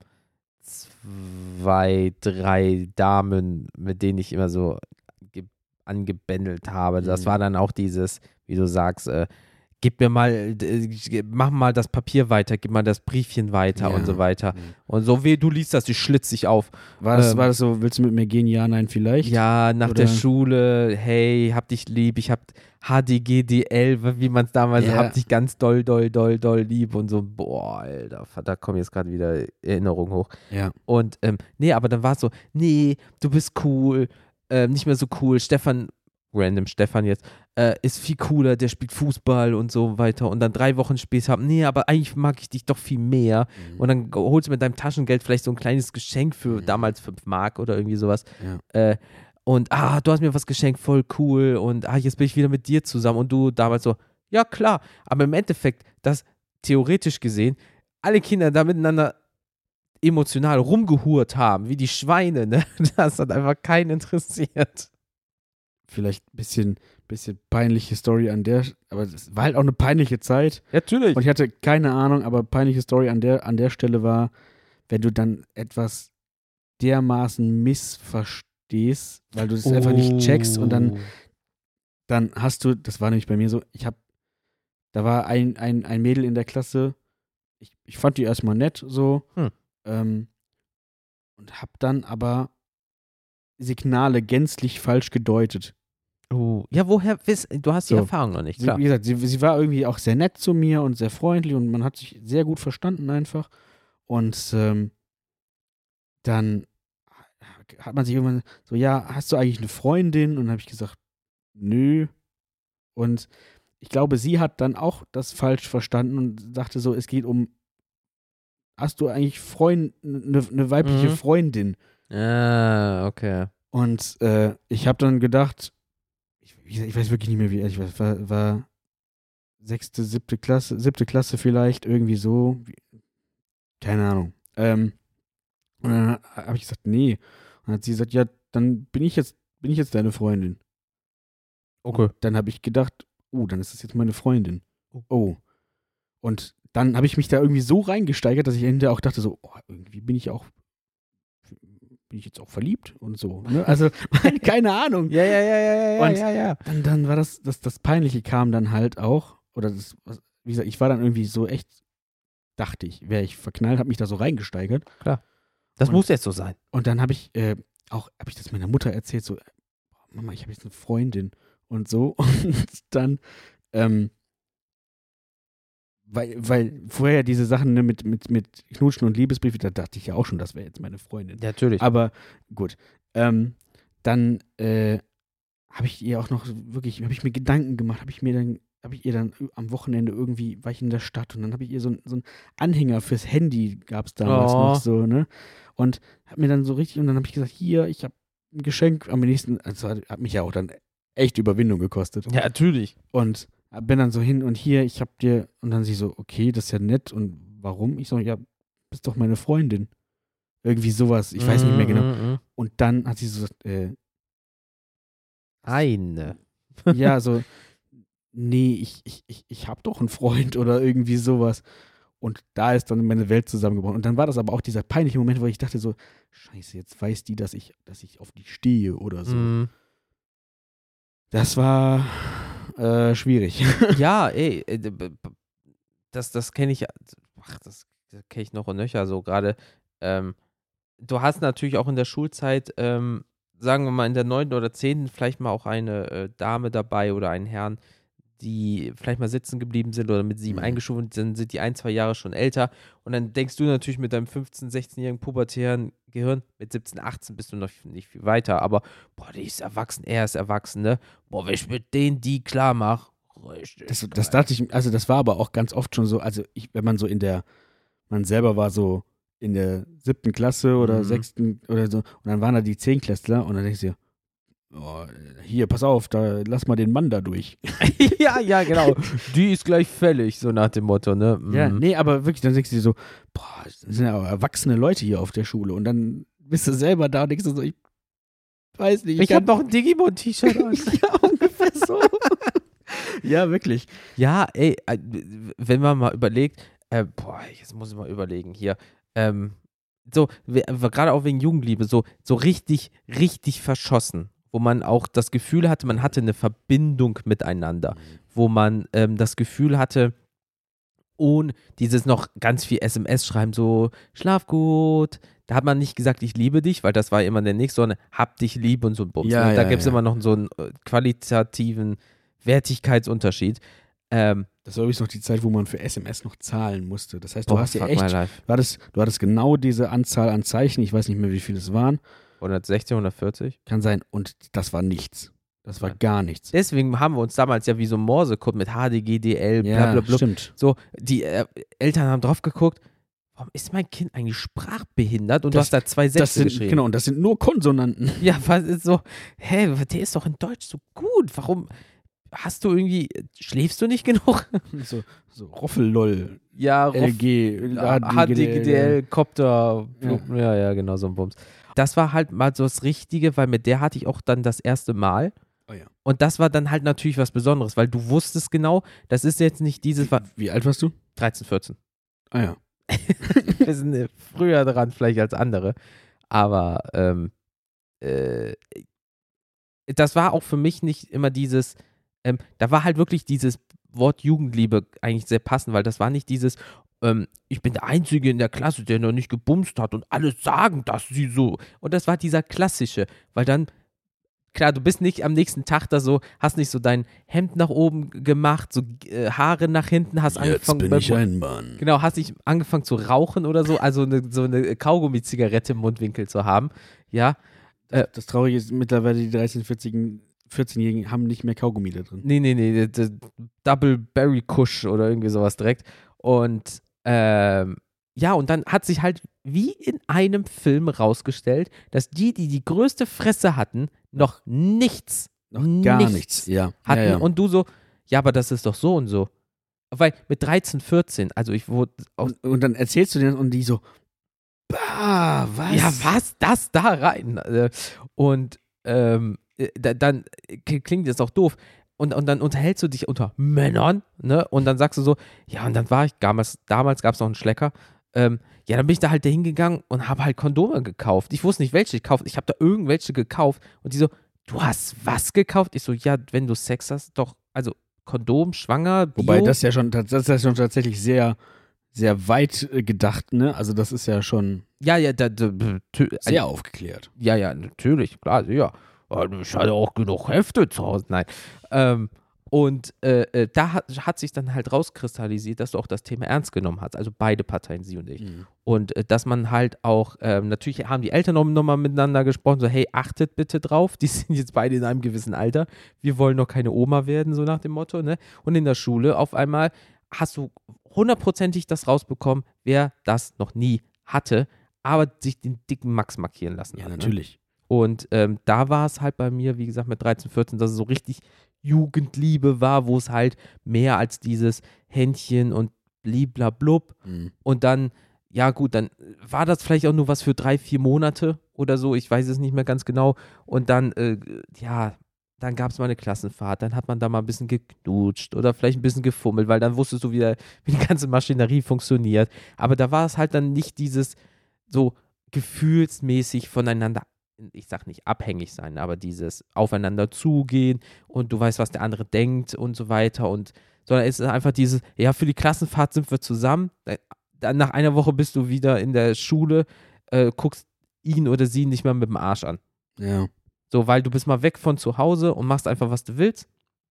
zwei, drei Damen, mit denen ich immer so ge- angebändelt habe. Das mhm. war dann auch dieses, wie du sagst, äh, gib mir mal, äh, mach mal das Papier weiter, gib mal das Briefchen weiter Ja. und so weiter. Ja. Und so wie du liest das, ich schlitz dich auf. War das, Ähm, war das so, willst du mit mir gehen? Ja, nein, vielleicht? Ja, nach Oder- der Schule, hey, hab dich lieb, ich hab H D G D L, wie man es damals, Ja. hab dich ganz doll, doll, doll, doll lieb und so, boah, Alter, da kommen jetzt gerade wieder Erinnerungen hoch. Ja. Und, ähm, nee, aber dann war es so, nee, du bist cool, ähm, nicht mehr so cool, Stefan, random Stefan jetzt, äh, ist viel cooler, der spielt Fußball und so weiter und dann drei Wochen später, nee, aber eigentlich mag ich dich doch viel mehr Mhm. und dann holst du mit deinem Taschengeld vielleicht so ein kleines Geschenk für Mhm. damals fünf Mark oder irgendwie sowas. Ja. Äh, und ah, du hast mir was geschenkt, voll cool und ah, jetzt bin ich wieder mit dir zusammen und du damals so, ja klar, aber im Endeffekt, dass theoretisch gesehen alle Kinder da miteinander emotional rumgehurt haben, wie die Schweine, ne? Das hat einfach keinen interessiert. Vielleicht ein bisschen, bisschen peinliche Story an der, aber es war halt auch eine peinliche Zeit. Natürlich. Und ich hatte keine Ahnung, aber peinliche Story an der, an der Stelle war, wenn du dann etwas dermaßen missverstehst, weil du das einfach nicht checkst und dann, dann hast du, das war nämlich bei mir so, ich hab, da war ein, ein, ein Mädel in der Klasse, ich, ich fand die erstmal nett, so, Hm. ähm, und hab dann aber Signale gänzlich falsch gedeutet. Oh. Ja, woher wiss, du hast die So. Erfahrung noch nicht, Sie, klar. wie gesagt, sie, sie war irgendwie auch sehr nett zu mir und sehr freundlich und man hat sich sehr gut verstanden einfach. Und ähm, dann hat man sich irgendwann so, ja, hast du eigentlich eine Freundin? Und dann habe ich gesagt, nö. Und ich glaube, sie hat dann auch das falsch verstanden und sagte so, es geht um, hast du eigentlich Freund, eine, eine weibliche Mhm. Freundin? Ah, okay. Und äh, ich habe dann gedacht, ich, ich weiß wirklich nicht mehr, wie alt ich war, war, war sechste, siebte Klasse, siebte Klasse vielleicht, irgendwie so. Keine Ahnung. Ähm, und dann habe ich gesagt, nee. Und dann hat sie gesagt, ja, dann bin ich jetzt, bin ich jetzt deine Freundin. Okay. Und dann habe ich gedacht, oh, dann ist das jetzt meine Freundin. Oh. Oh. Und dann habe ich mich da irgendwie so reingesteigert, dass ich hinterher auch dachte, so, oh, irgendwie bin ich auch, bin ich jetzt auch verliebt und so. Ne? Also, keine Ahnung. Ja, ja, ja, ja, ja, Und ja, ja. Dann, dann war das, das, das Peinliche kam dann halt auch, oder das, was- wie gesagt, ich war dann irgendwie so echt, dachte ich, wäre ich verknallt, habe mich da so reingesteigert. Das Und- muss jetzt so sein. Und dann habe ich äh, auch, habe ich das meiner Mutter erzählt, so, Mama, ich habe jetzt eine Freundin und so. Und dann, ähm, weil, weil vorher diese Sachen ne, mit, mit, mit Knutschen und Liebesbriefe, da dachte ich ja auch schon, das wäre jetzt meine Freundin. Natürlich. Aber gut. Ähm, dann äh, habe ich ihr auch noch wirklich, habe ich mir Gedanken gemacht, habe ich mir dann, habe ich ihr dann am Wochenende irgendwie, war ich in der Stadt und dann habe ich ihr so, so einen Anhänger fürs Handy, gab es damals Oh. noch so, ne? Und habe mir dann so richtig, und dann habe ich gesagt, hier, ich habe ein Geschenk am nächsten, also hat, hat mich ja auch dann echt Überwindung gekostet. Ja, natürlich. Und bin dann so hin und hier, ich hab dir, und dann sie so, okay, das ist ja nett, und warum? Ich so, ja, bist doch meine Freundin. Irgendwie sowas, ich weiß nicht mehr genau. Mhm, mhm. Und dann hat sie so gesagt, äh, Eine. ja, so, nee, ich, ich, ich, ich hab doch einen Freund oder irgendwie sowas. Und da ist dann meine Welt zusammengebrochen. Und dann war das aber auch dieser peinliche Moment, wo ich dachte so, scheiße, jetzt weiß die, dass ich, dass ich auf die stehe oder so. Mhm. Das war äh, schwierig. Ja, ey, äh, b- b- das, das kenne ich, ach, das, das kenne ich noch und nöcher so gerade. Ähm, du hast natürlich auch in der Schulzeit, ähm, sagen wir mal in der neunten oder zehnten vielleicht mal auch eine äh, Dame dabei oder einen Herrn, die vielleicht mal sitzen geblieben sind oder mit sieben Mhm. eingeschult, dann sind die ein, zwei Jahre schon älter und dann denkst du natürlich mit deinem fünfzehn-, sechzehnjährigen pubertären Gehirn, mit siebzehn, achtzehn bist du noch nicht viel weiter, aber boah, die ist erwachsen, er ist erwachsen, ne? Boah, wenn ich mit denen die klar mache, richtig Das, das geil. dachte ich, also das war aber auch ganz oft schon so, also ich, wenn man so in der, man selber war so in der siebten Klasse oder Mhm. sechsten oder so, und dann waren da die Zehnklässler und dann denkst du dir, oh, hier, pass auf, da lass mal den Mann da durch. Ja, ja, genau. Die ist gleich fällig, so nach dem Motto, ne? Mhm. Ja, nee, aber wirklich, dann denkst du dir so, boah, das sind ja auch erwachsene Leute hier auf der Schule, und dann bist du selber da und denkst du so, ich weiß nicht. Ich kann- habe noch ein Digimon-T-Shirt an. ja, ungefähr so. Ja, wirklich. Ja, ey, äh, wenn man mal überlegt, äh, boah, jetzt muss ich mal überlegen hier, ähm, so, we- gerade auch wegen Jugendliebe, so, so richtig, richtig verschossen wo man auch das Gefühl hatte, man hatte eine Verbindung miteinander, wo man ähm, das Gefühl hatte, ohne dieses noch ganz viel S M S schreiben, so schlaf gut. Da hat man nicht gesagt, ich liebe dich, weil das war immer der nächste, sondern hab dich lieb und so ein Bums. Ja, ne? Da ja, gibt es ja. immer noch so einen äh, qualitativen Wertigkeitsunterschied. Ähm, Das war übrigens noch die Zeit, wo man für S M S noch zahlen musste. Das heißt, du boah, hast ja fuck echt, my life. du hattest, du hattest genau diese Anzahl an Zeichen, ich weiß nicht mehr, wie viele es waren, hundertsechzig, hundertvierzig. kann sein, und das war nichts. Das war Nein. gar nichts. Deswegen haben wir uns damals ja wie so ein Morsecode mit H D, G D L, bla Ja, bla bla. stimmt. So, die äh, Eltern haben drauf geguckt, warum ist mein Kind eigentlich sprachbehindert? Und Das- du hast da zwei Sätze Das sind, geschrieben. genau, und das sind nur Konsonanten. Ja, was ist so, hä, der ist doch in Deutsch so gut. Warum hast du irgendwie, schläfst du nicht genug? So, so Roffelloll, Ja, L G, H D, G D L, Copter, Ja. ja, ja, genau, so ein Bums. Das war halt mal so das Richtige, weil mit der hatte ich auch dann das erste Mal. Oh ja. Und das war dann halt natürlich was Besonderes, weil du wusstest genau, das ist jetzt nicht dieses, Wie, wie alt warst du? dreizehn, vierzehn. Ah ja. Wir sind äh, früher dran vielleicht als andere. Aber ähm, äh, das war auch für mich nicht immer dieses, ähm, da war halt wirklich dieses Wort Jugendliebe eigentlich sehr passend, weil das war nicht dieses, ähm, ich bin der Einzige in der Klasse, der noch nicht gebumst hat und alle sagen, dass sie so. Und das war dieser klassische, weil dann, klar, du bist nicht am nächsten Tag da so, hast nicht so dein Hemd nach oben gemacht, so äh, Haare nach hinten, hast Jetzt angefangen. bin ich ein Mann. Genau, hast nicht angefangen zu rauchen oder so, also eine, so eine Kaugummi-Zigarette im Mundwinkel zu haben. Ja, Das, das Traurige ist, mittlerweile die dreizehn-, vierzehn-Jährigen haben nicht mehr Kaugummi da drin. nee, nee, nee, d- d- Double Berry Kush oder irgendwie sowas direkt. Und ähm, ja, und dann hat sich halt wie in einem Film rausgestellt, dass die, die die größte Fresse hatten, noch nichts, Noch gar nichts nichts. Ja. hatten. ja, ja. Und du so, ja, aber das ist doch so und so. Weil mit dreizehn, vierzehn, also ich wurde auch und, und dann erzählst du denen und die so, bah, was? ja, was? Das da rein? Äh, Und ähm, äh, da, dann k- klingt das auch doof. Und, und dann unterhältst du dich unter Männern, ne? Und dann sagst du so, ja, und dann war ich, damals, damals gab es noch einen Schlecker, ähm, ja, dann bin ich da halt dahin gegangen und habe halt Kondome gekauft. Ich wusste nicht, welche ich kaufe. Ich habe da irgendwelche gekauft. Und die so, du hast was gekauft? Ich so, ja, wenn du Sex hast, doch, also Kondom, schwanger, Bio. Wobei das ja schon, das ist ja schon tatsächlich sehr, sehr weit äh, gedacht, ne? Also das ist ja schon Ja, ja, da, da, tö- sehr aufgeklärt. Ja, ja, natürlich, klar, ja. Ich hatte auch genug Hefte zu Hause. Nein. Ähm, und äh, äh, da hat, hat sich dann halt rauskristallisiert, dass du auch das Thema ernst genommen hast. Also beide Parteien, sie und ich. Mhm. Und äh, dass man halt auch, ähm, natürlich haben die Eltern noch, noch mal miteinander gesprochen, so, hey, achtet bitte drauf, die sind jetzt beide in einem gewissen Alter. Wir wollen noch keine Oma werden, so nach dem Motto, ne? Und in der Schule auf einmal hast du hundertprozentig das rausbekommen, wer das noch nie hatte, aber sich den dicken Max markieren lassen Ja, hat. Ne? natürlich. Und ähm, da war es halt bei mir, wie gesagt, mit dreizehn, vierzehn, dass es so richtig Jugendliebe war, wo es halt mehr als dieses Händchen und bliblablub. Mhm. Und dann, ja gut, dann war das vielleicht auch nur was für drei, vier Monate oder so, ich weiß es nicht mehr ganz genau. Und dann, äh, ja, dann gab es mal eine Klassenfahrt, dann hat man da mal ein bisschen geknutscht oder vielleicht ein bisschen gefummelt, weil dann wusstest du wieder, wie die ganze Maschinerie funktioniert. Aber da war es halt dann nicht dieses so gefühlsmäßig voneinander, ich sag nicht abhängig sein, aber dieses aufeinander zugehen und du weißt, was der andere denkt und so weiter und sondern es ist einfach dieses, ja, für die Klassenfahrt sind wir zusammen, dann nach einer Woche bist du wieder in der Schule, äh, guckst ihn oder sie nicht mehr mit dem Arsch an. Ja. So, weil du bist mal weg von zu Hause und machst einfach, was du willst,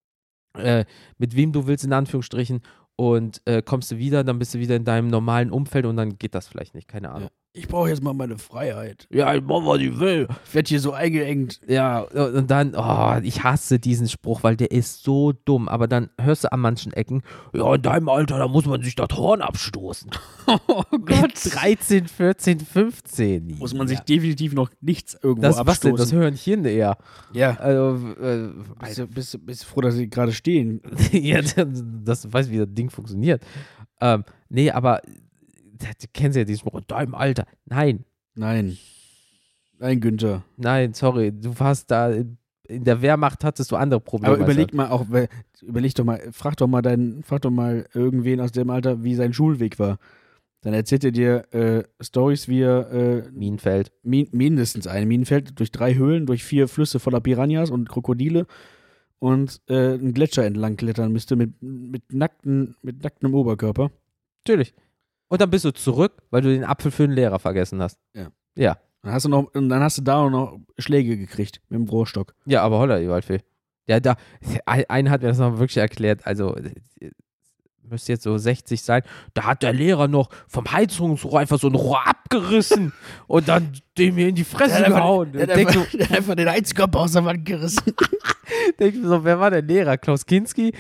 äh, mit wem du willst, in Anführungsstrichen, und äh, kommst du wieder, dann bist du wieder in deinem normalen Umfeld und dann geht das vielleicht nicht, keine Ahnung. Ja. Ich brauche jetzt mal meine Freiheit. Ja, ich mach, was ich will. Ich werde hier so eingeengt. Ja, und dann, oh, ich hasse diesen Spruch, weil der ist so dumm. Aber dann hörst du an manchen Ecken, ja, in deinem Alter, da muss man sich das Horn abstoßen. Oh Gott. dreizehn, vierzehn, fünfzehn. Muss man ja. sich definitiv noch nichts irgendwo das, was denn, abstoßen. das Hörnchen eher. Ja. Also, äh, Bist du, bist, du- bist du froh, dass sie gerade stehen? ja, das du weißt, wie das Ding funktioniert. Ähm, nee, aber du kennst ja diesen Spruch, in deinem Alter. Nein, Nein. Nein, Günther. nein, sorry, du warst da, in der Wehrmacht hattest du andere Probleme. Aber überleg mal auch, weil- überleg doch mal, frag doch mal deinen, frag doch mal irgendwen aus dem Alter, wie sein Schulweg war. Dann erzählt er dir äh, Stories, wie er äh, Minenfeld. mi- mindestens eine Minenfeld durch drei Höhlen, durch vier Flüsse voller Piranhas und Krokodile und äh, einen Gletscher entlang klettern müsste mit, mit, nackten, mit nacktem Oberkörper. Natürlich. Und dann bist du zurück, weil du den Apfel für den Lehrer vergessen hast. Ja. Ja. Dann hast du noch, und dann hast du da auch noch Schläge gekriegt mit dem Rohrstock. Ja, aber holla, die Waldfee. Ja, da, ein- einer hat mir das noch wirklich erklärt, also müsste jetzt so sechzig sein, da hat der Lehrer noch vom Heizungsrohr einfach so ein Rohr abgerissen und dann dem hier in die Fresse gehauen. Der hat, Denk einfach, der hat einfach den Heizkörper aus der Wand gerissen. Denk ich so, wer war der Lehrer? Klaus Kinski?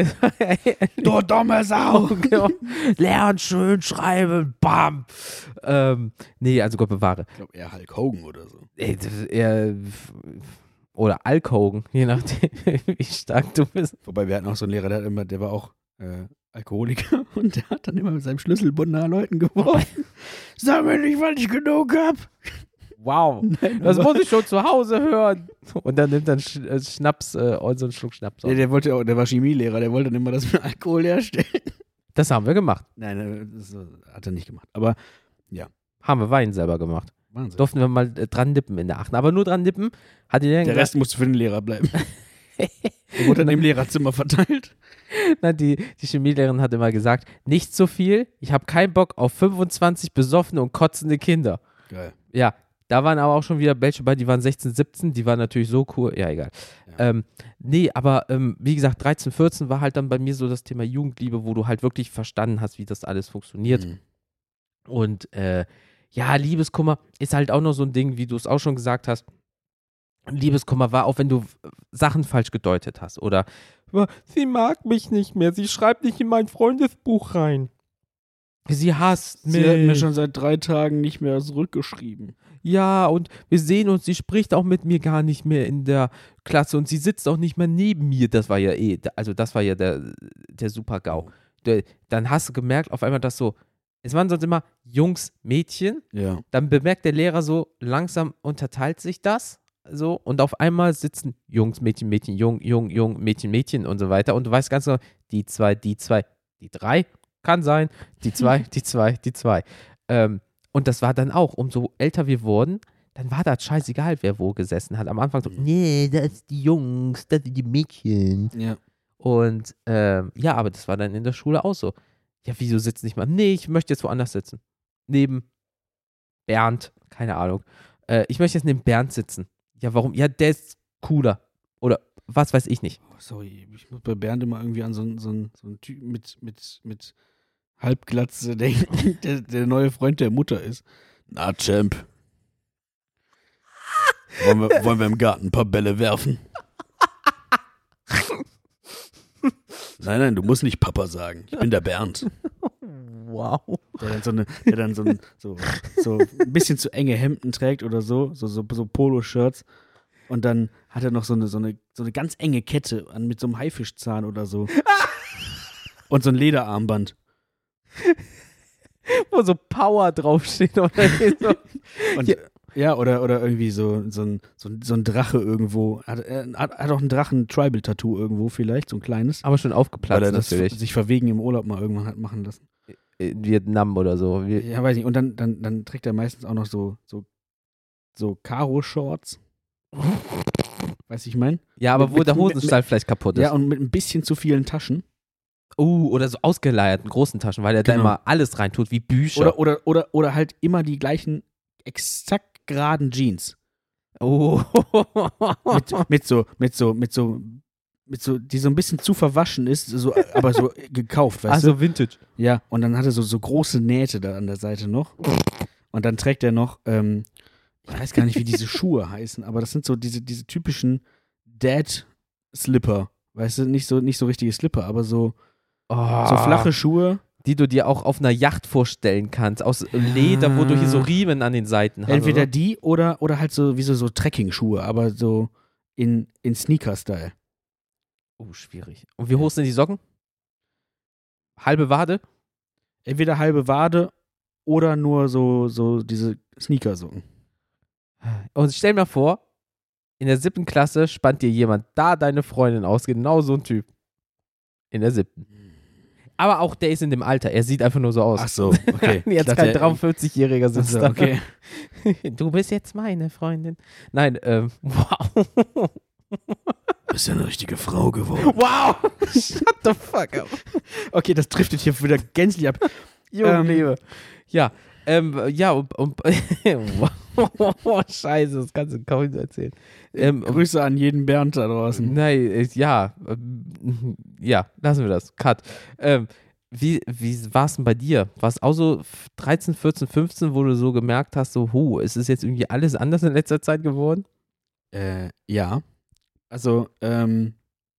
Du dumme Sau! Genau. Lernen, schön schreiben, bam. Ähm, nee, also Gott bewahre. Ich glaube eher Hulk Hogan oder so. Ey, das ist eher, oder Hulk Hogan, je nachdem, wie stark du bist. Wobei wir hatten auch so einen Lehrer, der, hat immer, der war auch äh, Alkoholiker und der hat dann immer mit seinem Schlüsselbund nach Leuten geworfen. Sag mir nicht, weil ich genug hab. Wow, Nein, das aber- muss ich schon zu Hause hören. Und dann nimmt dann Sch äh, Schnaps, äh, so einen Schluck Schnaps. Der, der wollte auch, der war Chemielehrer, der wollte dann immer das mit Alkohol herstellen. Das haben wir gemacht. Nein, das hat er nicht gemacht. Aber Haben wir Wein selber gemacht. Wahnsinn. Durften wir mal äh, dran nippen in der Achten. Aber nur dran nippen hat die Lehrerin Der Rest musste für den Lehrer bleiben. Der wurde dann im Lehrerzimmer verteilt. Na, die, die Chemielehrerin hat immer gesagt, nicht so viel, ich habe keinen Bock auf fünfundzwanzig besoffene und kotzende Kinder. Geil. Ja, da waren aber auch schon wieder welche bei, die waren sechzehn, siebzehn, die waren natürlich so cool, ja egal. Ja. Ähm, nee, aber ähm, wie gesagt, dreizehn, vierzehn war halt dann bei mir so das Thema Jugendliebe, wo du halt wirklich verstanden hast, wie das alles funktioniert. Mhm. Und äh, ja, Liebeskummer ist halt auch noch so ein Ding, wie du es auch schon gesagt hast. Liebeskummer war auch, wenn du Sachen falsch gedeutet hast oder sie mag mich nicht mehr, sie schreibt nicht in mein Freundesbuch rein. Sie hasst mich. Sie hat mir schon seit drei Tagen nicht mehr zurückgeschrieben. Ja, und wir sehen uns, sie spricht auch mit mir gar nicht mehr in der Klasse und sie sitzt auch nicht mehr neben mir. Das war ja eh, also das war ja der, der Super-GAU. Der, dann hast du gemerkt auf einmal, dass so, es waren sonst immer Jungs, Mädchen, Ja. dann bemerkt der Lehrer so, langsam unterteilt sich das so und auf einmal sitzen Jungs, Mädchen, Mädchen, Jung, Jung, Jung, Mädchen, Mädchen und so weiter und du weißt ganz genau, die zwei, die zwei, die drei, kann sein, die zwei, die zwei, die zwei. Ähm, und das war dann auch, umso älter wir wurden, dann war das scheißegal, wer wo gesessen hat. Am Anfang so, nee, das ist die Jungs, das sind die Mädchen. Ja. Und ähm, ja, aber das war dann in der Schule auch so. Ja, wieso sitzt nicht mal? Nee, ich möchte jetzt woanders sitzen. Neben Bernd, keine Ahnung. Äh, ich möchte jetzt neben Bernd sitzen. Ja, warum? Ja, der ist cooler. Oder was weiß ich nicht. Oh, sorry, ich muss bei Bernd immer irgendwie an so einen so einen- so einen Typ mit, mit, mit Halbglatze denken, der, der neue Freund der Mutter ist. Na, Champ. Wollen wir, wollen wir im Garten ein paar Bälle werfen? Nein, nein, du musst nicht Papa sagen. Ich bin der Bernd. Wow. Der dann so, eine, der dann so, ein, so, so ein bisschen zu enge Hemden trägt oder so, so, so, so Poloshirts. Und dann hat er noch so eine, so, eine, so eine ganz enge Kette an, mit so einem Haifischzahn oder so. Und so ein Lederarmband. Wo so Power draufsteht oder so. Und, Ja. ja, oder, oder irgendwie so, so, ein, so, ein, so ein Drache irgendwo. Hat, er hat, hat auch ein Drachen-Tribal-Tattoo irgendwo vielleicht, so ein kleines. Aber schon Weil aufgeplatzt er das natürlich. sich verwegen im Urlaub mal irgendwann hat machen lassen. In Vietnam oder so. Wir, Ja, weiß nicht. Und dann, dann, dann trägt er meistens auch noch so, so, so Karo-Shorts. Weiß ich mein? ja, aber Mit- wo mit- der mit- Hosenstall vielleicht kaputt ist. Ja, und mit ein bisschen zu vielen Taschen. Uh, oder so ausgeleierten großen Taschen, weil er da Genau. immer alles reintut, wie Bücher. Oder, oder, oder, oder halt immer die gleichen exakt geraden Jeans. oh. Mit, mit so, mit so, mit so, mit so, die so ein bisschen zu verwaschen ist, so, aber so gekauft, weißt Also du? Vintage. Ja, und dann hat er so, so große Nähte da an der Seite noch. Und dann trägt er noch, ähm, ich weiß gar nicht, wie diese Schuhe heißen, aber das sind so diese, diese typischen Dad-Slipper. Weißt du, nicht so, nicht so richtige Slipper, aber so, Oh. so flache Schuhe. Die du dir auch auf einer Yacht vorstellen kannst, aus Leder, wo du hier so Riemen an den Seiten hast. Entweder oder? die oder, oder halt so wie so, so Trekking-Schuhe, aber so in, in Sneaker-Style. Oh, schwierig. Und wie hoch sind die Socken? Halbe Wade? Entweder halbe Wade oder nur so, so diese Sneakersocken. Und stell mir vor, in der siebten Klasse spannt dir jemand da deine Freundin aus, genau so ein Typ. In der siebten. Aber auch der ist in dem Alter. Er sieht einfach nur so aus. Ach so, okay. Jetzt dachte, kein er- dreiundvierzig-Jähriger sitzt Achso, da. okay. Du bist jetzt meine Freundin. Nein, ähm, wow. Bist ja eine richtige Frau geworden. Wow! Shut the fuck up. Okay, das driftet hier wieder gänzlich ab. Junge Ähm, Liebe. Ja, ähm, ja, und, und wow, scheiße, das kannst du kaum erzählen. Ähm, Grüße an jeden Bernd da draußen. Nein, äh, ja, ähm, ja, lassen wir das. Cut. Ähm, wie wie war es denn bei dir? War es auch so dreizehn, vierzehn, fünfzehn, wo du so gemerkt hast, so, hu, es ist jetzt irgendwie alles anders in letzter Zeit geworden? Äh, ja. Also, ähm,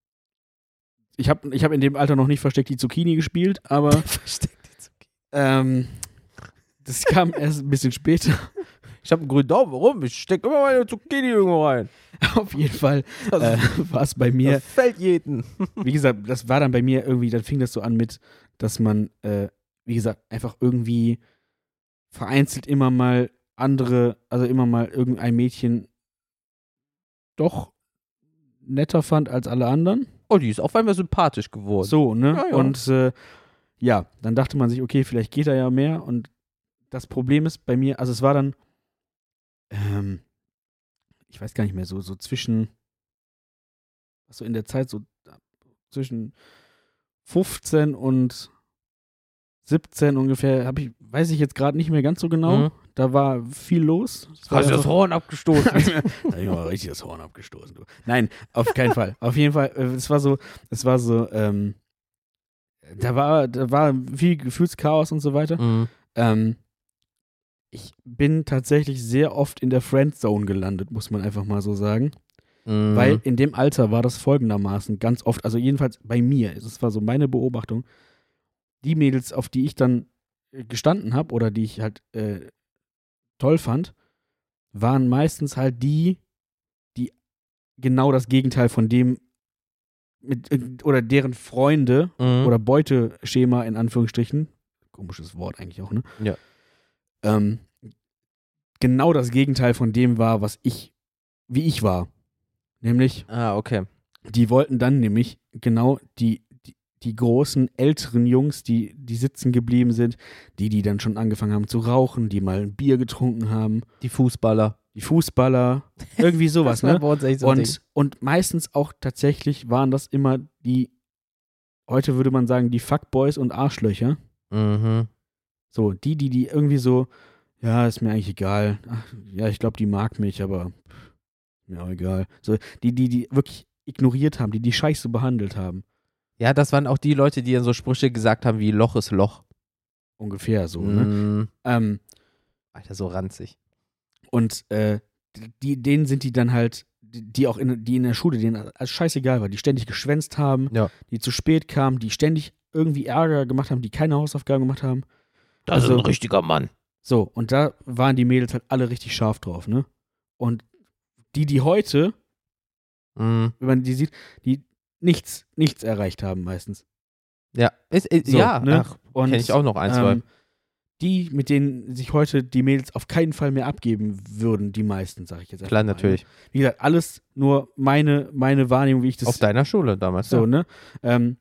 ich habe ich hab in dem Alter noch nicht versteckt die Zucchini gespielt, aber Versteckt die Zucchini. ähm, das kam erst ein bisschen später. Ich habe einen grünen Daumen, warum? Ich stecke immer meine Zucchini irgendwo rein. Auf jeden Fall Das, äh, war es bei mir, das fällt jeden. wie gesagt, das war dann bei mir irgendwie, dann fing das so an mit, dass man, äh, wie gesagt, einfach irgendwie vereinzelt immer mal andere, also immer mal irgendein Mädchen doch netter fand als alle anderen. Oh, die ist auf einmal sympathisch geworden. So, ne? Ja, ja. Und äh, ja, dann dachte man sich, okay, vielleicht geht da ja mehr. Und das Problem ist bei mir, also es war dann, ähm, ich weiß gar nicht mehr, so, so zwischen, so in der Zeit, so zwischen fünfzehn und siebzehn ungefähr, habe ich, weiß ich jetzt gerade nicht mehr ganz so genau. Mhm. Da war viel los. Es war Hast du das einfach- Horn abgestoßen? da hab ich mal richtig das Horn abgestoßen. Du. Nein, auf keinen Fall. Auf jeden Fall, äh, es war so, es war so, ähm, da war, da war viel Gefühlschaos und so weiter. mhm. Ähm, ich bin tatsächlich sehr oft in der Friendzone gelandet, muss man einfach mal so sagen. Mhm. Weil in dem Alter war das folgendermaßen ganz oft, also jedenfalls bei mir, das war so meine Beobachtung, die Mädels, auf die ich dann äh, gestanden habe oder die ich halt äh, toll fand, waren meistens halt die, die genau das Gegenteil von dem mit, äh, oder deren Freunde Mhm. oder Beuteschema in Anführungsstrichen, komisches Wort eigentlich auch, ne? Ja. Ähm, genau das Gegenteil von dem war, was ich, wie ich war. Nämlich, Ah, okay. die wollten dann nämlich genau die, die, die großen, älteren Jungs, die, die sitzen geblieben sind, die, die dann schon angefangen haben zu rauchen, die mal ein Bier getrunken haben, Die Fußballer. die Fußballer, irgendwie sowas, Das war ne? bei uns echt so ein Ding. Und, und meistens auch tatsächlich waren das immer die, heute würde man sagen, die Fuckboys und Arschlöcher. Mhm. So, die, die, die irgendwie so, ja, ist mir eigentlich egal. Ach, ja, ich glaube, die mag mich, aber pff, mir auch egal. So, die, die, die wirklich ignoriert haben, die die scheiße behandelt haben. Ja, das waren auch die Leute, die dann so Sprüche gesagt haben wie Loch ist Loch. Ungefähr so, ne? Mhm. Ähm, Alter, so ranzig. und äh, die, denen sind die dann halt, die, die auch in, die in der Schule, denen als scheißegal war, die ständig geschwänzt haben, Ja. die zu spät kamen, die ständig irgendwie Ärger gemacht haben, die keine Hausaufgaben gemacht haben. Das Also- ist ein richtiger Mann. So, und da waren die Mädels halt alle richtig scharf drauf, ne? Und die, die heute, Mhm. wenn man die sieht, die nichts, nichts erreicht haben meistens. Ja, ist, ist, So, ja, ne? ach, Und kenn ich auch noch ein, zwei. ähm, die, mit denen sich heute die Mädels auf keinen Fall mehr abgeben würden, die meisten, sage ich jetzt einfach Klar, mal, natürlich. Ne? Wie gesagt, alles nur meine, meine Wahrnehmung, wie ich das Auf deiner Schule damals. so, ja. ne? Ähm,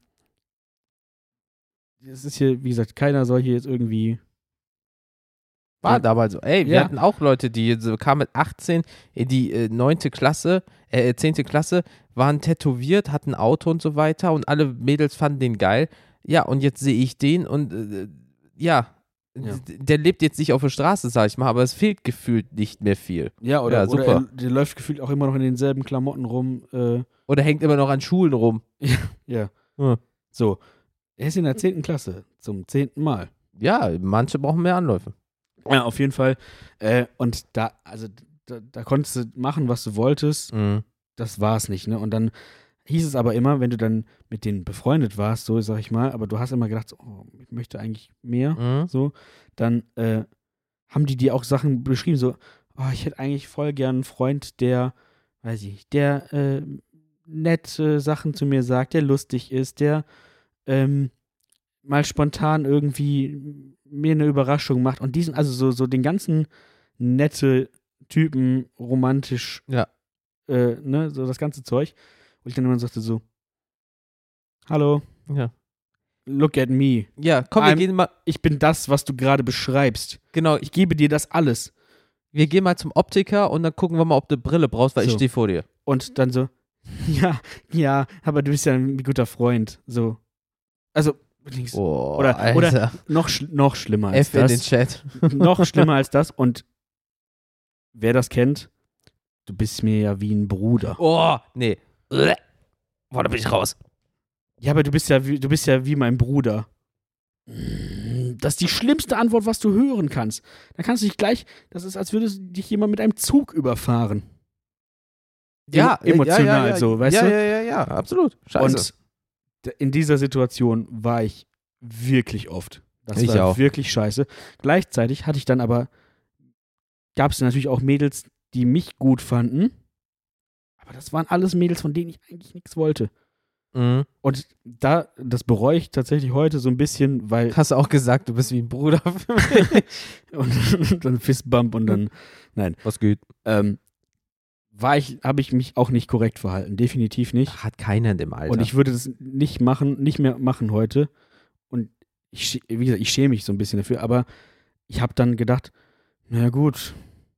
es ist hier, wie gesagt, keiner soll hier jetzt irgendwie. War Ja. damals so. Ey, wir Ja. hatten auch Leute, die so kamen mit achtzehn in die äh, neunte Klasse, äh, zehnte Klasse, waren tätowiert, hatten ein Auto und so weiter und alle Mädels fanden den geil. Ja, und jetzt sehe ich den und äh, ja, Ja. d- der lebt jetzt nicht auf der Straße, sag ich mal, aber es fehlt gefühlt nicht mehr viel. Ja, oder, Ja, oder super. er, der läuft gefühlt auch immer noch in denselben Klamotten rum. Äh, Oder hängt immer noch an Schulen rum. ja. Hm. So. Er ist in der zehnten Klasse, zum zehnten Mal. Ja, manche brauchen mehr Anläufe. Ja, auf jeden Fall. Äh, und da, also, da, da konntest du machen, was du wolltest. Mhm. Das war's nicht, ne? Und dann hieß es aber immer, wenn du dann mit denen befreundet warst, so sag ich mal, aber du hast immer gedacht, so, oh, ich möchte eigentlich mehr, Mhm. so, dann äh, haben die dir auch Sachen beschrieben, so, oh, ich hätte eigentlich voll gern einen Freund, der, weiß ich, nicht, der äh, nette Sachen zu mir sagt, der lustig ist, der ähm, mal spontan irgendwie mir eine Überraschung macht und diesen, also so, so den ganzen nette Typen, romantisch, Ja. äh, ne, so das ganze Zeug. Und ich dann immer sagte so, hallo, Ja. look at me. Ja, komm, wir I'm- gehen mal, Ich bin das, was du gerade beschreibst. genau, Ich gebe dir das alles. wir gehen mal zum Optiker und dann gucken wir mal, ob du Brille brauchst, weil ich So. stehe vor dir. Und dann so, ja, ja, aber du bist ja ein guter Freund. So. Also, links. Oh, Oder- Alter. oder- noch, schl- noch schlimmer als F in den das. Chat. Noch schlimmer als das. Und wer das kennt, du bist mir ja wie ein Bruder. Oh, nee. Boah, da bin ich raus. Ja, aber du bist ja wie, du bist ja wie mein Bruder. Das ist die schlimmste Antwort, was du hören kannst. Da kannst du dich gleich, das ist, als würde dich jemand mit einem Zug überfahren. Ja, Emo- emotional ja, ja, ja, so, weißt ja, du? Ja, ja, ja, absolut. Scheiße. Und d- in dieser Situation war ich wirklich oft. Das Ich war auch. wirklich scheiße. Gleichzeitig hatte ich dann aber, gab es natürlich auch Mädels, die mich gut fanden. Aber das waren alles Mädels, von denen ich eigentlich nichts wollte. Mhm. Und da, das bereue ich tatsächlich heute so ein bisschen, weil Hast du auch gesagt, du bist wie ein Bruder für mich. und dann Fistbump und dann, Was geht? ähm, war ich, habe ich mich auch nicht korrekt verhalten. Definitiv nicht. Hat keiner in dem Alter. Und ich würde das nicht machen, nicht mehr machen heute. Und ich, schä- wie gesagt, ich schäme mich so ein bisschen dafür, aber ich habe dann gedacht, naja gut.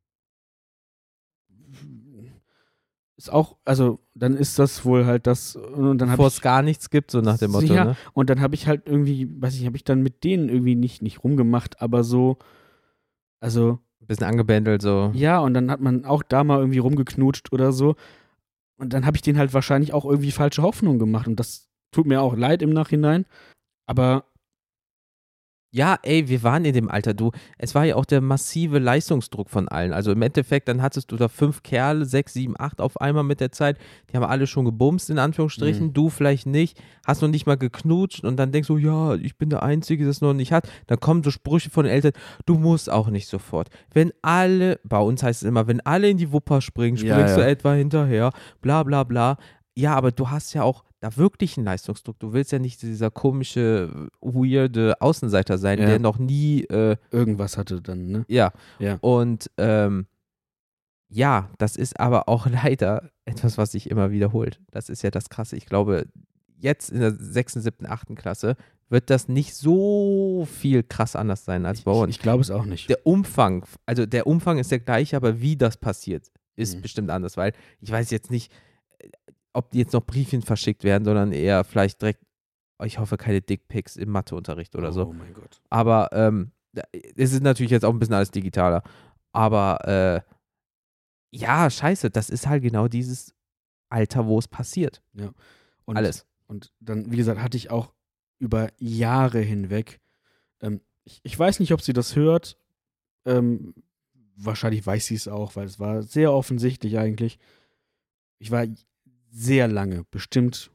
Ist auch, also dann ist das wohl halt das, und dann habe Bevor ich, es gar nichts gibt, so nach dem Motto, Ja. ne? und dann habe ich halt irgendwie, weiß ich, habe ich dann mit denen irgendwie nicht, nicht rumgemacht, aber so, also, Bisschen angebändelt, so. ja, und dann hat man auch da mal irgendwie rumgeknutscht oder so. Und dann habe ich denen halt wahrscheinlich auch irgendwie falsche Hoffnungen gemacht. Und das tut mir auch leid im Nachhinein. Aber Ja, ey, wir waren in dem Alter, du. Es war ja auch der massive Leistungsdruck von allen. Also im Endeffekt, dann hattest du da fünf Kerle, sechs, sieben, acht auf einmal mit der Zeit. Die haben alle schon gebumst, in Anführungsstrichen. Mhm. Du vielleicht nicht. Hast noch nicht mal geknutscht und dann denkst du, ja, ich bin der Einzige, der es noch nicht hat. Dann kommen so Sprüche von den Eltern, du musst auch nicht sofort. Wenn alle, bei uns heißt es immer, wenn alle in die Wupper springen, Ja, springst ja. du etwa hinterher, bla bla bla. Ja, aber du hast ja auch da wirklich einen Leistungsdruck. Du willst ja nicht dieser komische, weirde Außenseiter sein, Ja. der noch nie, äh, irgendwas hatte dann, ne? ja. Ja. Und ähm, ja, das ist aber auch leider etwas, was sich immer wiederholt. Das ist ja das Krasse. Ich glaube, jetzt in der sechsten, siebten, achten Klasse wird das nicht so viel krass anders sein als bei Ich, uns. ich glaube es auch nicht. Der Umfang, also der Umfang ist der gleiche, aber wie das passiert, ist Mhm. bestimmt anders, weil ich weiß jetzt nicht, äh, ob die jetzt noch Briefchen verschickt werden, sondern eher vielleicht direkt, ich hoffe, keine Dickpics im Matheunterricht oder so. Oh mein Gott. Aber ähm, da- es ist natürlich jetzt auch ein bisschen alles digitaler. Aber äh, ja, scheiße, das ist halt genau dieses Alter, wo es passiert. Und, Alles. Und dann, wie gesagt, hatte ich auch über Jahre hinweg, ähm, ich, ich weiß nicht, ob sie das hört, ähm, wahrscheinlich weiß sie es auch, weil es war sehr offensichtlich eigentlich. Ich war sehr lange, bestimmt,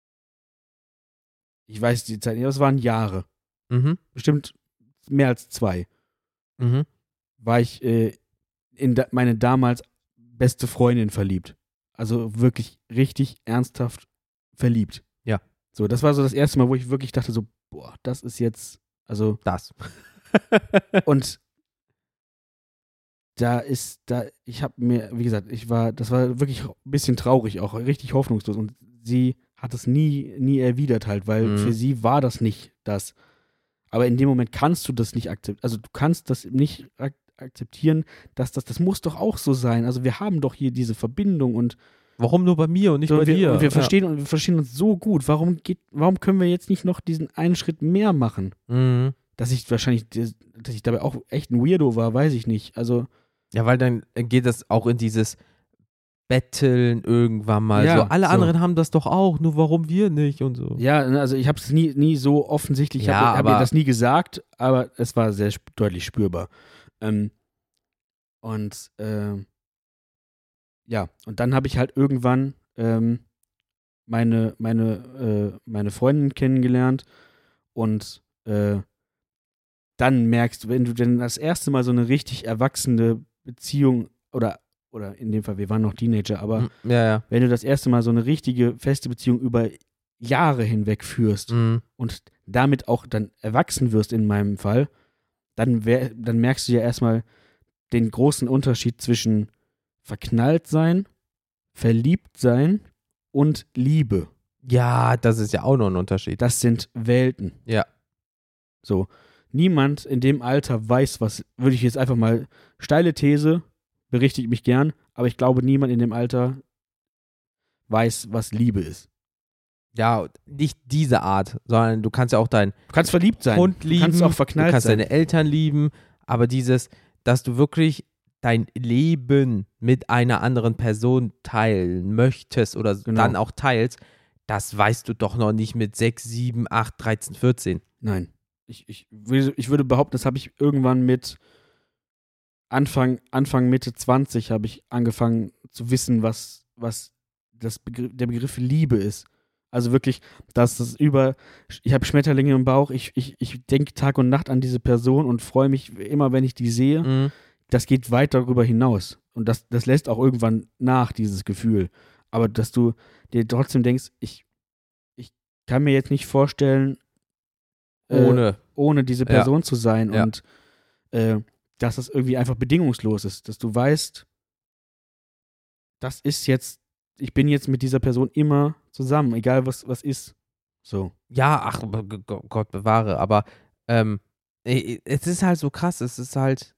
ich weiß die Zeit nicht, aber es waren Jahre, Mhm. bestimmt mehr als zwei, Mhm. war ich äh, in da, meine damals beste Freundin verliebt. Also wirklich richtig ernsthaft verliebt. Ja. So, das war so das erste Mal, wo ich wirklich dachte so, boah, das ist jetzt, also, Das. und da ist, da, ich habe mir, wie gesagt, ich war, das war wirklich ein bisschen traurig, auch richtig hoffnungslos. Und sie hat es nie, nie erwidert halt, weil Mhm. für sie war das nicht das. Aber in dem Moment kannst du das nicht akzeptieren. Also du kannst das nicht ak akzeptieren, dass das, das muss doch auch so sein. Also wir haben doch hier diese Verbindung und Warum nur bei mir und nicht so, bei wir, dir? und wir Ja. verstehen und wir verstehen uns so gut. Warum geht, warum können wir jetzt nicht noch diesen einen Schritt mehr machen? Mhm. Dass ich wahrscheinlich, dass ich dabei auch echt ein Weirdo war, weiß ich nicht. Also Ja, weil dann geht das auch in dieses Betteln irgendwann mal. Ja, so, alle so. anderen haben das doch auch, nur warum wir nicht und so. ja, ne, also ich habe es nie, nie so offensichtlich, ich Ja, habe hab aber- mir das nie gesagt, aber es war sehr sp deutlich spürbar. Ähm, und ähm, ja, und dann habe ich halt irgendwann ähm, meine, meine, äh, meine Freundin kennengelernt und äh, dann merkst du, wenn du denn das erste Mal so eine richtig erwachsene Beziehung oder, oder in dem Fall, wir waren noch Teenager, aber Mhm. Ja, ja. wenn du das erste Mal so eine richtige feste Beziehung über Jahre hinweg führst Mhm. und damit auch dann erwachsen wirst in meinem Fall, dann, wär, dann merkst du ja erstmal den großen Unterschied zwischen verknallt sein, verliebt sein und Liebe. Ja, das ist ja auch noch ein Unterschied. Das sind Welten. Ja. So. Niemand in dem Alter weiß, was, würde ich jetzt einfach mal, steile These, berichtige mich gern, aber ich glaube, niemand in dem Alter weiß, was Liebe ist. Ja, nicht diese Art, sondern du kannst ja auch deinen Du kannst verliebt sein. Hund lieben, du kannst auch verknallt du kannst sein. deine Eltern lieben, aber dieses, dass du wirklich dein Leben mit einer anderen Person teilen möchtest oder Genau. dann auch teilst, das weißt du doch noch nicht mit sechs, sieben, acht, dreizehn, vierzehn. Nein. Ich, ich, würde, ich würde behaupten, das habe ich irgendwann mit Anfang, Anfang Mitte zwanzig habe ich angefangen zu wissen, was, was das Begriff, der Begriff Liebe ist. Also wirklich, dass das über, ich habe Schmetterlinge im Bauch, ich, ich, ich denke Tag und Nacht an diese Person und freue mich immer, wenn ich die sehe. Mhm. Das geht weit darüber hinaus. Und das, das lässt auch irgendwann nach, dieses Gefühl. Aber dass du dir trotzdem denkst, ich, ich kann mir jetzt nicht vorstellen, äh, Ohne. ohne diese Person Ja. zu sein Ja. und äh, dass das irgendwie einfach bedingungslos ist. Dass du weißt, das ist jetzt, ich bin jetzt mit dieser Person immer zusammen, egal was, was ist. So. Ja, ach, G- G- Gott bewahre, aber ähm, eh, es ist halt so krass, es ist halt,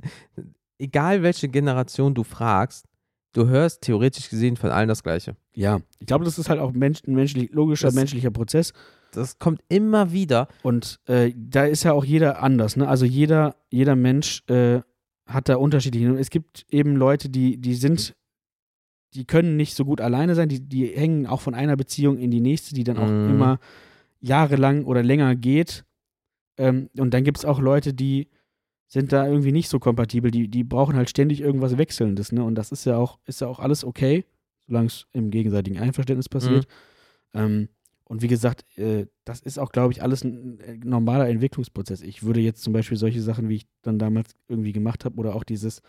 egal welche Generation du fragst, du hörst theoretisch gesehen von allen das Gleiche. Ja, ich glaube, das ist halt auch mensch, ein menschlich, logischer Das- menschlicher Prozess. Das kommt immer wieder. Und äh, da ist ja auch jeder anders. Ne? Also jeder, jeder Mensch äh, hat da unterschiedliche. Es gibt eben Leute, die, die sind, die können nicht so gut alleine sein, die, die hängen auch von einer Beziehung in die nächste, die dann auch Mhm. immer jahrelang oder länger geht. Ähm, und dann gibt es auch Leute, die sind da irgendwie nicht so kompatibel, die, die brauchen halt ständig irgendwas Wechselndes, ne? Und das ist ja auch, ist ja auch alles okay, solange es im gegenseitigen Einverständnis passiert. Ähm, und wie gesagt, äh, das ist auch, glaube ich, alles ein äh, normaler Entwicklungsprozess. Ich würde jetzt zum Beispiel solche Sachen, wie ich dann damals irgendwie gemacht habe, oder auch dieses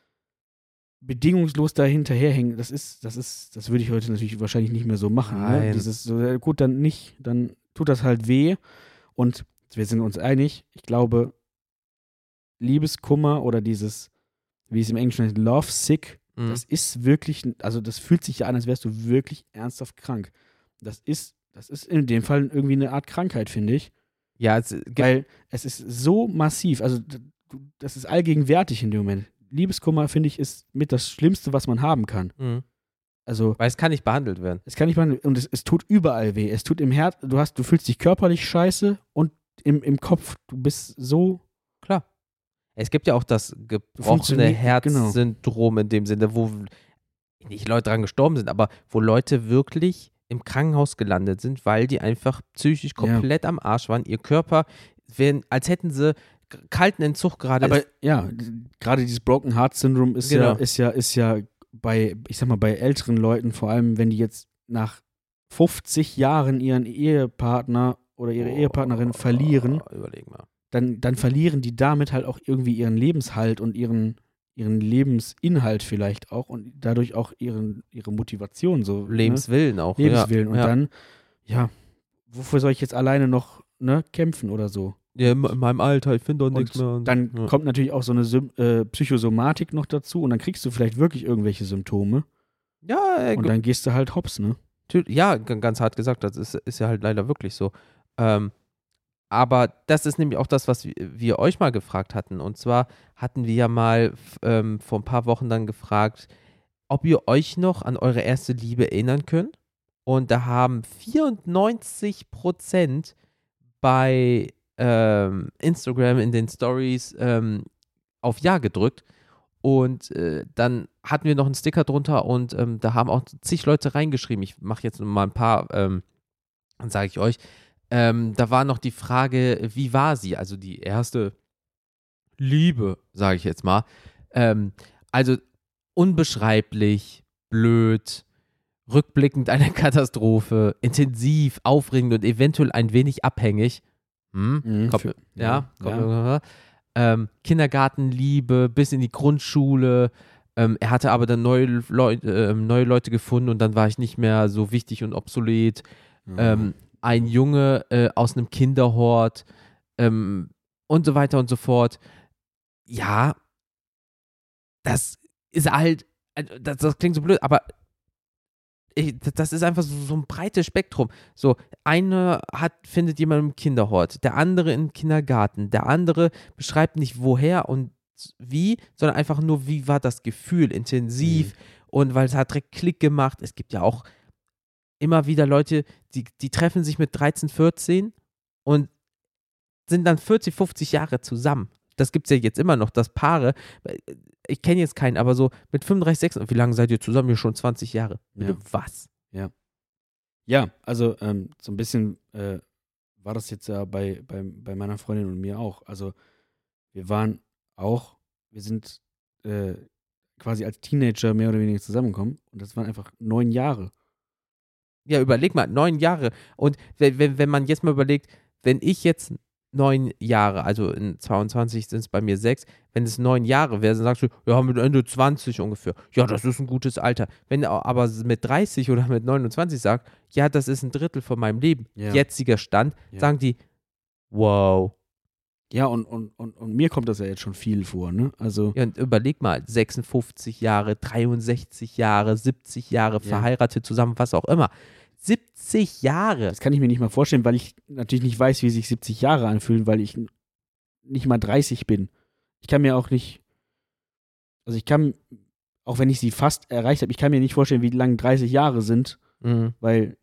bedingungslos da hinterherhängen, das ist, das ist, das würde ich heute natürlich wahrscheinlich nicht mehr so machen. Ne? Nein. Dieses, so, äh, gut, dann nicht, dann tut das halt weh. Und wir sind uns einig, ich glaube, Liebeskummer oder dieses, wie es im Englischen heißt, Love Sick, Mhm. das ist wirklich, also das fühlt sich ja an, als wärst du wirklich ernsthaft krank. Das ist, das ist in dem Fall irgendwie eine Art Krankheit, finde ich. Ja, es gibt, Weil es ist so massiv, also d- du- das ist allgegenwärtig in dem Moment. Liebeskummer, finde ich, ist mit das Schlimmste, was man haben kann. mhm. Also, Weil es kann nicht behandelt werden. es kann nicht mal, und es, es tut überall weh. Es tut im Herz, du hast, du fühlst dich körperlich scheiße und im, im Kopf, du bist so, Klar. Es gibt ja auch das gebrochene Funktioniert- Herzsyndrom in dem Sinne, wo nicht Leute dran gestorben sind, aber wo Leute wirklich im Krankenhaus gelandet sind, weil die einfach psychisch Ja. komplett am Arsch waren. Ihr Körper, wenn, als hätten sie k- kalten Entzug gerade. aber ist- ja, d- gerade dieses Broken Heart Syndrome ist ja, Genau. ist ja, ist ja bei, ich sag mal, bei älteren Leuten, vor allem wenn die jetzt nach fünfzig Jahren ihren Ehepartner oder ihre Ehepartnerin verlieren, Oh, überleg mal. dann, dann verlieren die damit halt auch irgendwie ihren Lebenshalt und ihren, ihren Lebensinhalt vielleicht auch und dadurch auch ihren, ihre Motivation, so Lebenswillen auch. ne? Lebenswillen. ja. Und ja. dann, ja, wofür soll ich jetzt alleine noch ne, kämpfen oder so? Ja, in in meinem Alter, ich finde doch nichts Und mehr. Und, dann ja. kommt natürlich auch so eine Sym äh, Psychosomatik noch dazu und dann kriegst du vielleicht wirklich irgendwelche Symptome Ja, ey, und gu- dann gehst du halt hops, ne? tö- ja, g- ganz hart gesagt, das ist, ist ja halt leider wirklich so. Ähm, aber das ist nämlich auch das, was wir, wir euch mal gefragt hatten. Und zwar hatten wir ja mal f- ähm, vor ein paar Wochen dann gefragt, ob ihr euch noch an eure erste Liebe erinnern könnt. Und da haben vierundneunzig Prozent bei ähm, Instagram in den Stories ähm, auf Ja gedrückt. Und äh, dann hatten wir noch einen Sticker drunter und ähm, da haben auch zig Leute reingeschrieben. Ich mache jetzt mal ein paar, ähm, dann sage ich euch. Ähm, da war noch die Frage, wie war sie? Also die erste Liebe, sage ich jetzt mal. Ähm, also unbeschreiblich, blöd, rückblickend eine Katastrophe, intensiv, aufregend und eventuell ein wenig abhängig. Hm? Mhm, Kommt, für- ja, ja, kommt, Ähm, Kindergartenliebe bis in die Grundschule. Ähm, er hatte aber dann neue, Leu äh, neue Leute gefunden und dann war ich nicht mehr so wichtig und obsolet. Ähm, ein Junge äh, aus einem Kinderhort ähm, und so weiter und so fort. Ja, das ist halt, äh, das, das klingt so blöd, aber ich, das ist einfach so, so ein breites Spektrum. So, einer hat, findet jemanden im Kinderhort, der andere im Kindergarten, der andere beschreibt nicht woher und wie, sondern einfach nur, wie war das Gefühl, intensiv mhm. und weil es hat direkt Klick gemacht. Es gibt ja auch immer wieder Leute, die, die treffen sich mit dreizehn, vierzehn und sind dann vierzig, fünfzig Jahre zusammen. Das gibt es ja jetzt immer noch, dass Paare, ich kenne jetzt keinen, aber so mit fünfunddreißig, sechsunddreißig, wie lange seid ihr zusammen? Ja, schon zwanzig Jahre. Ja. Was? Ja. Ja, also ähm, so ein bisschen äh, war das jetzt ja bei, bei, bei meiner Freundin und mir auch. Also wir waren auch, wir sind äh, quasi als Teenager mehr oder weniger zusammengekommen und das waren einfach neun Jahre. Ja, überleg mal, neun Jahre. Und wenn, wenn, wenn man jetzt mal überlegt, wenn ich jetzt neun Jahre, also in zweiundzwanzig sind es bei mir sechs, wenn es neun Jahre wäre, dann sagst du, ja, mit Ende zwanzig ungefähr. Ja, das ist ein gutes Alter. Wenn du aber mit dreißig oder mit neunundzwanzig sagst, ja, das ist ein Drittel von meinem Leben, ja. jetziger Stand, ja. sagen die, wow. Ja, und, und, und, und mir kommt das ja jetzt schon viel vor, ne? Also ja, und überleg mal, sechsundfünfzig Jahre, dreiundsechzig Jahre, siebzig Jahre, ja. verheiratet zusammen, was auch immer. siebzig Jahre. Das kann ich mir nicht mal vorstellen, weil ich natürlich nicht weiß, wie sich siebzig Jahre anfühlen, weil ich nicht mal dreißig bin. Ich kann mir auch nicht, also ich kann, auch wenn ich sie fast erreicht habe, ich kann mir nicht vorstellen, wie lang dreißig Jahre sind, mhm. weil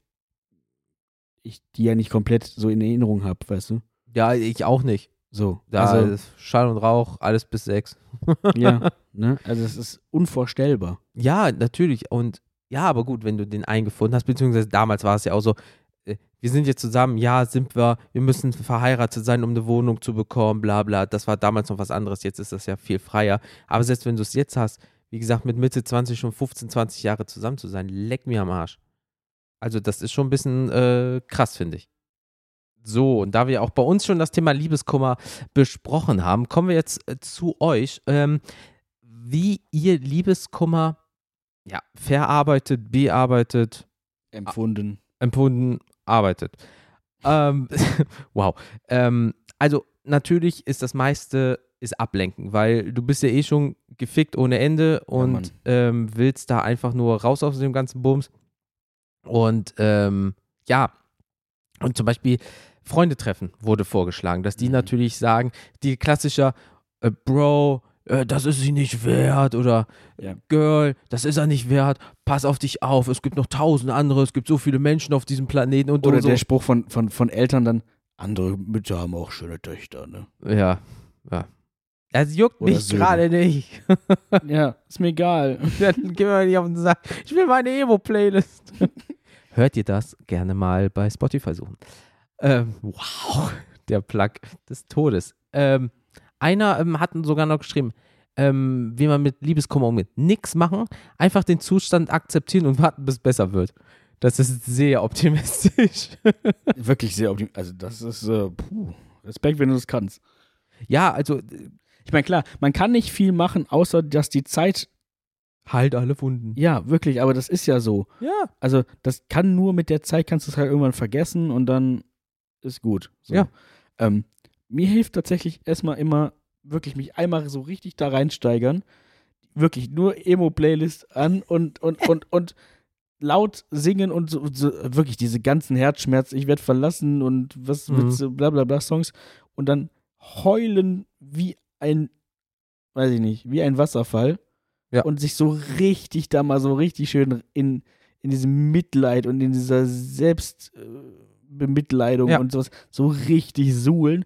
ich die ja nicht komplett so in Erinnerung habe, weißt du? Ja, ich auch nicht. So. Da also, ist Schall und Rauch, alles bis sechs. Ja, ne? Also es ist unvorstellbar. Ja, natürlich. Und ja, aber gut, wenn du den eingefunden hast, beziehungsweise damals war es ja auch so, äh, wir sind jetzt zusammen, ja, sind wir, wir müssen verheiratet sein, um eine Wohnung zu bekommen, bla bla. Das war damals noch was anderes, jetzt ist das ja viel freier. Aber selbst wenn du es jetzt hast, wie gesagt, mit Mitte zwanzig schon fünfzehn, zwanzig Jahre zusammen zu sein, leck mir am Arsch. Also das ist schon ein bisschen äh, krass, finde ich. So, und da wir auch bei uns schon das Thema Liebeskummer besprochen haben, kommen wir jetzt äh, zu euch, ähm, wie ihr Liebeskummer ja, verarbeitet, bearbeitet, empfunden, a- empfunden, arbeitet. Ähm, wow. Ähm, also natürlich ist das meiste ist Ablenken, weil du bist ja eh schon gefickt ohne Ende und ja, ähm, willst da einfach nur raus aus dem ganzen Bums. Und ähm, ja, und zum Beispiel Freunde treffen wurde vorgeschlagen, dass die mhm. natürlich sagen, die klassischer äh, Bro, äh, das ist sie nicht wert oder ja. Girl, das ist er nicht wert, pass auf dich auf, es gibt noch tausend andere, es gibt so viele Menschen auf diesem Planeten und Oder und so. Der Spruch von, von, von Eltern dann, andere Mütter haben auch schöne Töchter, ne? Ja, ja. Das juckt oder mich gerade nicht. Ja, ist mir egal. Dann geh mal nicht auf den Sack. Ich will meine Emo-Playlist. Hört ihr das? Gerne mal bei Spotify suchen. Ähm, wow, der Plug des Todes. Ähm, einer ähm, hat sogar noch geschrieben, ähm, wie man mit Liebeskummer umgeht. Nix machen, einfach den Zustand akzeptieren und warten, bis es besser wird. Das ist sehr optimistisch. Wirklich sehr optimistisch. Also das ist, äh, puh, Respekt, wenn du das kannst. Ja, also ich meine, klar, man kann nicht viel machen, außer dass die Zeit halt alle Wunden. Ja, wirklich, aber das ist ja so. Ja. Also das kann nur mit der Zeit, kannst du es halt irgendwann vergessen und dann ist gut. So. Ja. Ähm, mir hilft tatsächlich erstmal immer wirklich mich einmal so richtig da reinsteigern. Wirklich nur Emo-Playlist an und, und, und, und laut singen und so, so wirklich diese ganzen Herzschmerz, ich werde verlassen und was mhm. mit so bla bla bla Songs und dann heulen wie ein, weiß ich nicht, wie ein Wasserfall. Ja. Und sich so richtig da mal so richtig schön in, in diesem Mitleid und in dieser Selbstbemitleidung äh, ja. und sowas so richtig suhlen.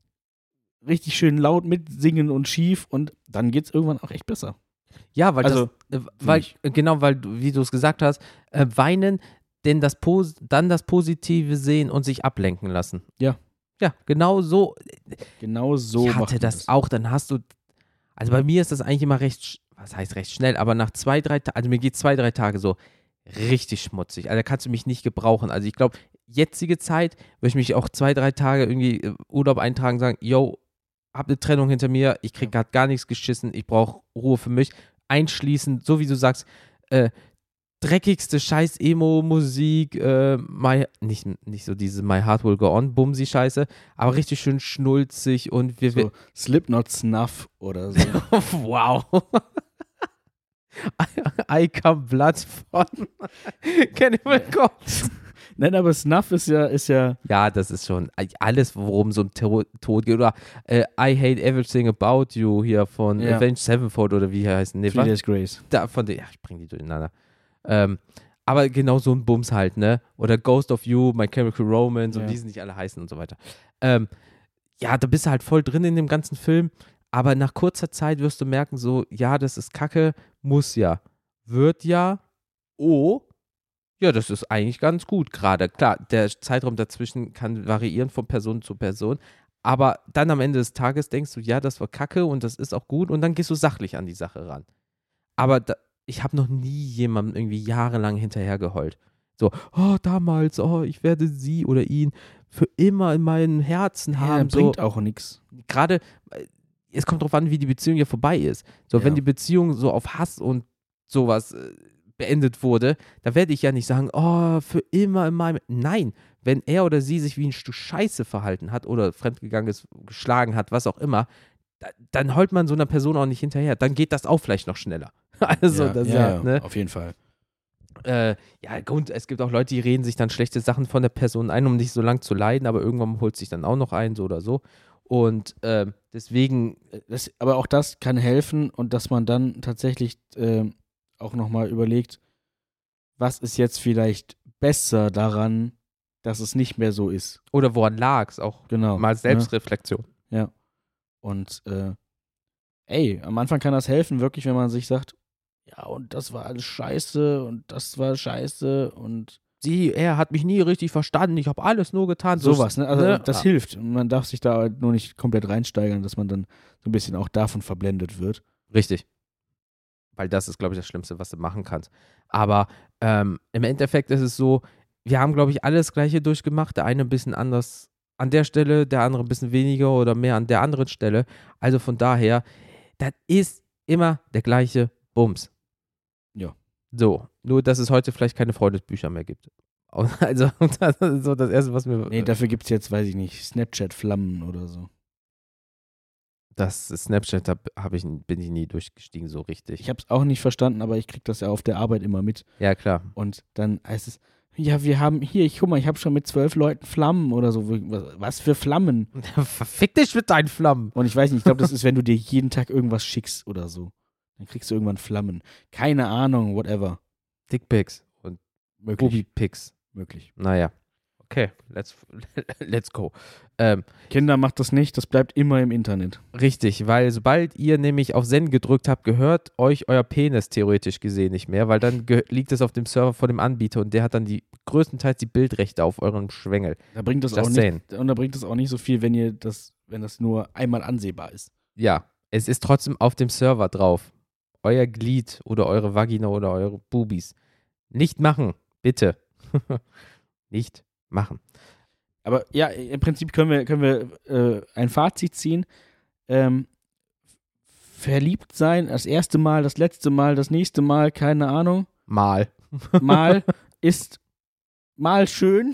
Richtig schön laut mitsingen und schief und dann geht's irgendwann auch echt besser. Ja, weil also, das, äh, weil, genau, weil, du, wie du es gesagt hast, äh, weinen, denn das Pos- dann das Positive sehen und sich ablenken lassen. Ja. Ja, genau so. Genau so. Ich hatte das, das auch, dann hast du, also bei mir ist das eigentlich immer recht, was heißt recht schnell, aber nach zwei, drei Tagen, also mir geht zwei, drei Tage so richtig schmutzig. Also da kannst du mich nicht gebrauchen. Also ich glaube, jetzige Zeit würde ich mich auch zwei, drei Tage irgendwie Urlaub eintragen und sagen, yo, hab eine Trennung hinter mir, ich krieg gerade gar nichts geschissen, ich brauche Ruhe für mich. Einschließen, so wie du sagst, äh, dreckigste Scheiß-Emo-Musik, äh, my, nicht, nicht so diese My Heart Will Go On, Bumsi-Scheiße, aber richtig schön schnulzig und wir... So Slipknot Snuff oder so. Wow. I Come Blood von Cannibal Corpse. Nein, aber Snuff ist ja, ist ja. Ja, das ist schon alles, worum so ein To- Tod geht. Oder äh, I Hate Everything About You hier von Ja. Avenged Sevenfold oder wie heißt nee, Three Days Grace. Da, von den, ja, ich bring die durcheinander. Ähm, aber genau so ein Bums halt, ne? Oder Ghost of You, My Chemical Romance Ja. und wie sie nicht alle heißen und so weiter. Ähm, ja, da bist du halt voll drin in dem ganzen Film, aber nach kurzer Zeit wirst du merken, so, ja, das ist Kacke, muss ja, wird ja, oh, ja, das ist eigentlich ganz gut gerade. Klar, der Zeitraum dazwischen kann variieren von Person zu Person, aber dann am Ende des Tages denkst du, ja, das war Kacke und das ist auch gut und dann gehst du sachlich an die Sache ran. Aber da, ich habe noch nie jemandem irgendwie jahrelang hinterher geheult. So, oh, damals, oh, ich werde sie oder ihn für immer in meinem Herzen Ja, haben. bringt so, auch nichts. gerade, äh, es kommt drauf an, wie die Beziehung hier vorbei ist. So, Ja. wenn die Beziehung so auf Hass und sowas äh, beendet wurde, da werde ich ja nicht sagen, oh, für immer in meinem. Nein, wenn er oder sie sich wie ein Stück Scheiße verhalten hat oder fremdgegangen ist, geschlagen hat, was auch immer, da, dann heult man so einer Person auch nicht hinterher. Dann geht das auch vielleicht noch schneller. Also, ja, das ja, ja, ja, ne? auf jeden Fall. Äh, ja, gut, es gibt auch Leute, die reden sich dann schlechte Sachen von der Person ein, um nicht so lang zu leiden, aber irgendwann holt sich dann auch noch ein, so oder so. Und ähm, deswegen, Das, aber auch das kann helfen und dass man dann tatsächlich ähm, auch nochmal überlegt, was ist jetzt vielleicht besser daran, dass es nicht mehr so ist. oder woran lag es auch Genau. mal Selbstreflexion. Ja. Und äh, ey, am Anfang kann das helfen, wirklich, wenn man sich sagt, ja, und das war alles scheiße und das war scheiße und Sie, er hat mich nie richtig verstanden, ich habe alles nur getan. So- sowas, ne? Also ne? das Ah, hilft. Und man darf sich da halt nur nicht komplett reinsteigern, dass man dann so ein bisschen auch davon verblendet wird. Richtig. Weil das ist, glaube ich, das Schlimmste, was du machen kannst. Aber ähm, im Endeffekt ist es so, wir haben, glaube ich, alle das Gleiche durchgemacht. Der eine ein bisschen anders an der Stelle, der andere ein bisschen weniger oder mehr an der anderen Stelle. Also von daher, das ist immer der gleiche Bums. Ja. So, nur dass es heute vielleicht keine Freundesbücher mehr gibt. Also, das ist so das Erste, was mir. Nee, dafür gibt es jetzt, weiß ich nicht, Snapchat-Flammen oder so. Das Snapchat, da hab ich, bin ich nie durchgestiegen, so richtig. Ich habe es auch nicht verstanden, aber ich krieg das ja auf der Arbeit immer mit. Ja, klar. Und dann heißt es, ja, wir haben hier, ich guck mal, ich habe schon mit zwölf Leuten Flammen oder so. Was für Flammen? Verfick dich mit deinen Flammen. Und ich weiß nicht, ich glaube, das ist, wenn du dir jeden Tag irgendwas schickst oder so. Dann kriegst du irgendwann Flammen. Keine Ahnung, whatever. Dickpics und Möglich. Bubi-Pics. Möglich. Naja. Okay, let's, let's go. Ähm, Kinder, macht das nicht, das bleibt immer im Internet. richtig, weil sobald ihr nämlich auf Send gedrückt habt, gehört euch euer Penis theoretisch gesehen nicht mehr, weil dann ge- liegt es auf dem Server vor dem Anbieter und der hat dann die größtenteils die Bildrechte auf euren Schwengel. Da bringt das Just auch saying. nicht, und da bringt es auch nicht so viel, wenn ihr das, wenn das nur einmal ansehbar ist. Ja, es ist trotzdem auf dem Server drauf. Euer Glied oder eure Vagina oder eure Bubis. Nicht machen, bitte. Nicht machen. Aber ja, im Prinzip können wir, können wir äh, ein Fazit ziehen. Ähm, verliebt sein, das erste Mal, das letzte Mal, das nächste Mal, keine Ahnung. Mal. Mal ist mal schön.